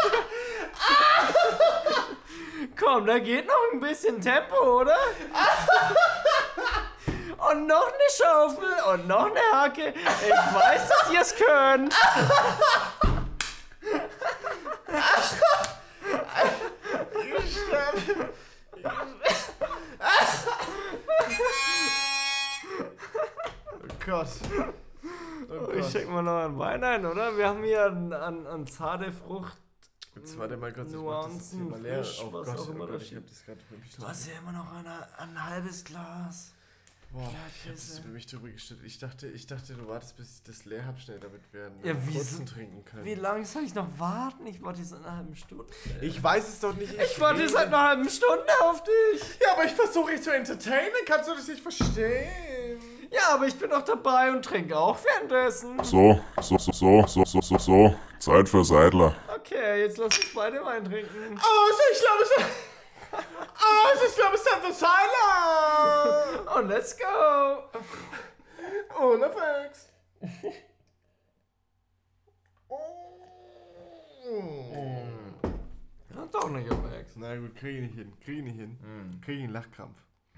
Komm, da geht noch ein bisschen Tempo, oder? Und noch eine Schaufel und noch eine Hacke. Ich weiß, dass ihr es könnt. Oh Gott. Oh Ich Gott. check mal noch einen Wein ein, oder? Wir haben hier an zarte Frucht. Jetzt warte mal kurz, ich mach das jetzt hier Nuancen, mal leer. frisch, Oh was Gott, auch immer oh da Gott, ich steht. hab das gerade für mich Du hast ja immer noch ein halbes Glas. Boah, Ja, ich hab das Scheiße. über mich drüber gestellt. Ich dachte, du wartest, bis ich das leer hab, schnell, damit wir einen Ja, wie kurzen so- trinken können. Wie lange soll ich noch warten? Ich warte jetzt eine halbe Stunde. Ich weiß es doch nicht. Ich warte jetzt seit rede- einer halben Stunde auf dich. Ja, aber ich versuche dich zu entertainen. Kannst du das nicht verstehen? Ja, aber ich bin doch dabei und trinke auch währenddessen. So. Zeit für Seidler. Okay, jetzt lass uns beide Wein trinken. Ich glaube, es ist Zeit für Silence. Und let's go. Ohne Fax. Ja, doch nicht, aber Ex. Na gut, krieg ich nicht hin. Krieg ich einen Lachkrampf.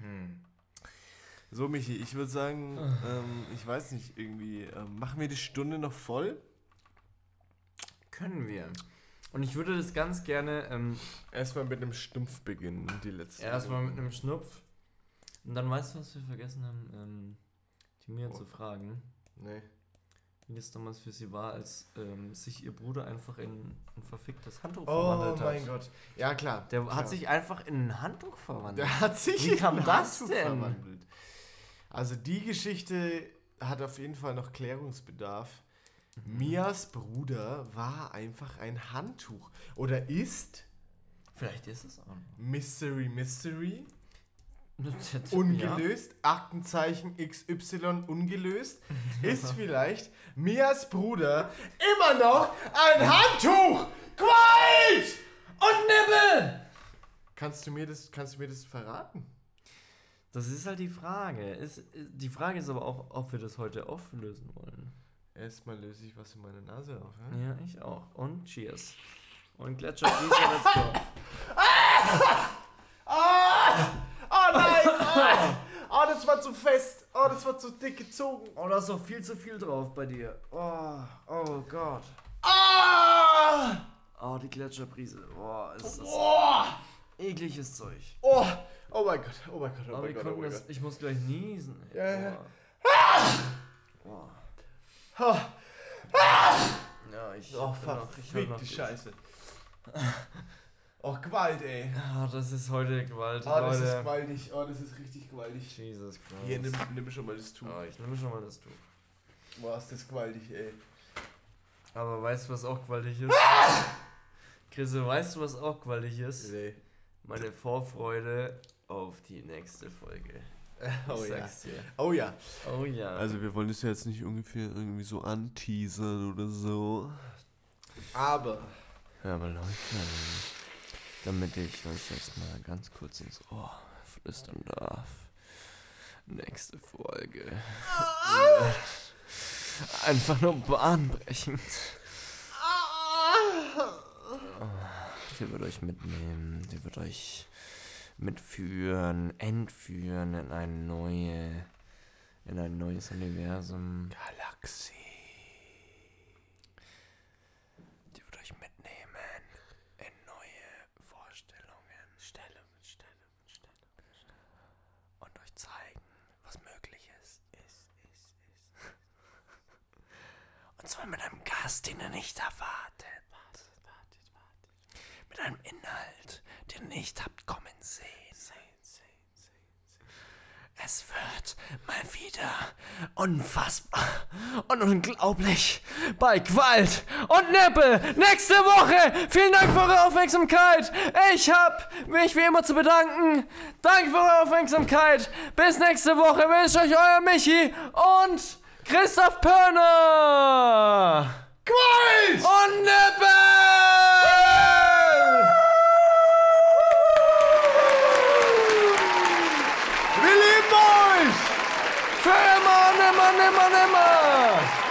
So, Michi, ich würde sagen, ich weiß nicht, irgendwie, machen wir die Stunde noch voll? Können wir. Und ich würde das ganz gerne Erstmal mit einem Stumpf beginnen, die letzte. erstmal mit einem Schnupf. Und dann weißt du, was wir vergessen haben, die Mia zu fragen, Nee. wie das damals für sie war, als sich ihr Bruder einfach in ein verficktes Handtuch Oh verwandelt hat. mein Gott. Ja, klar. Der klar. hat sich einfach in ein Handtuch verwandelt. Der hat sich Wie kam in das Handtuch denn? verwandelt. Also die Geschichte hat auf jeden Fall noch Klärungsbedarf. Mias Bruder war einfach ein Handtuch. Oder ist Vielleicht ist es auch noch. Mystery Ja. ungelöst, Aktenzeichen XY ungelöst, ist vielleicht Mias Bruder immer noch ein Handtuch. Quatsch! Und Nibbel! Kannst du mir das verraten? Das ist halt die Frage. Die Frage ist aber auch, ob wir das heute auflösen wollen. Erstmal löse ich was in meiner Nase auf. Ja? Ja, ich auch. Und Cheers. Und Gletscher, let's go. Oh nein! Oh, das war zu fest. Oh, das war zu dick gezogen. Oh, da ist doch viel zu viel drauf bei dir. Oh Gott. Ah! Oh, die Gletscherbrise. Oh, ist das Oh! ekliges Zeug. Oh! Oh mein Gott, oh mein Gott, oh Aber mein wir Gott, oh konnten mein das. Gott. Ich muss gleich niesen. Ja, ja. Oh. Oh, Ja, ich. oh ich hab verfickte noch- Scheiße. Oh, Gewalt, ey. Ah, das ist heute Gewalt, Oh, das ist Leute. gewaltig. Oh, das ist richtig gewaltig. Jesus Christ. Hier, nimm schon mal das Tuch. Oh, ich nehme schon mal das Tuch. Boah, ist das gewaltig, ey. Aber weißt du, was auch gewaltig ist? Chris, weißt du, was auch gewaltig ist? Nee. Meine Vorfreude auf die nächste Folge. Oh Ich ja. sag's dir. Oh ja. Oh ja. Also wir wollen das ja jetzt nicht ungefähr irgendwie so anteasern oder so. Aber. Ja, aber Leute, damit ich euch jetzt mal ganz kurz ins Ohr flüstern darf. Nächste Folge. Einfach nur bahnbrechend. Die wird euch mitnehmen, die wird euch mitführen, entführen in ein neues Universum. Galaxie. Podcast, den ihr nicht erwartet. Mit einem Inhalt, den ihr nicht habt kommen sehen. Es wird mal wieder unfassbar und unglaublich bei Qualt und Nippel nächste Woche. Vielen Dank für eure Aufmerksamkeit. Ich hab mich wie immer zu bedanken. Danke für eure Aufmerksamkeit. Bis nächste Woche wünscht euch euer Michi und Christoph Pörner. Qualt! Und Nippel! Wir lieben euch! Für immer, nimmer, nimmer, nimmer!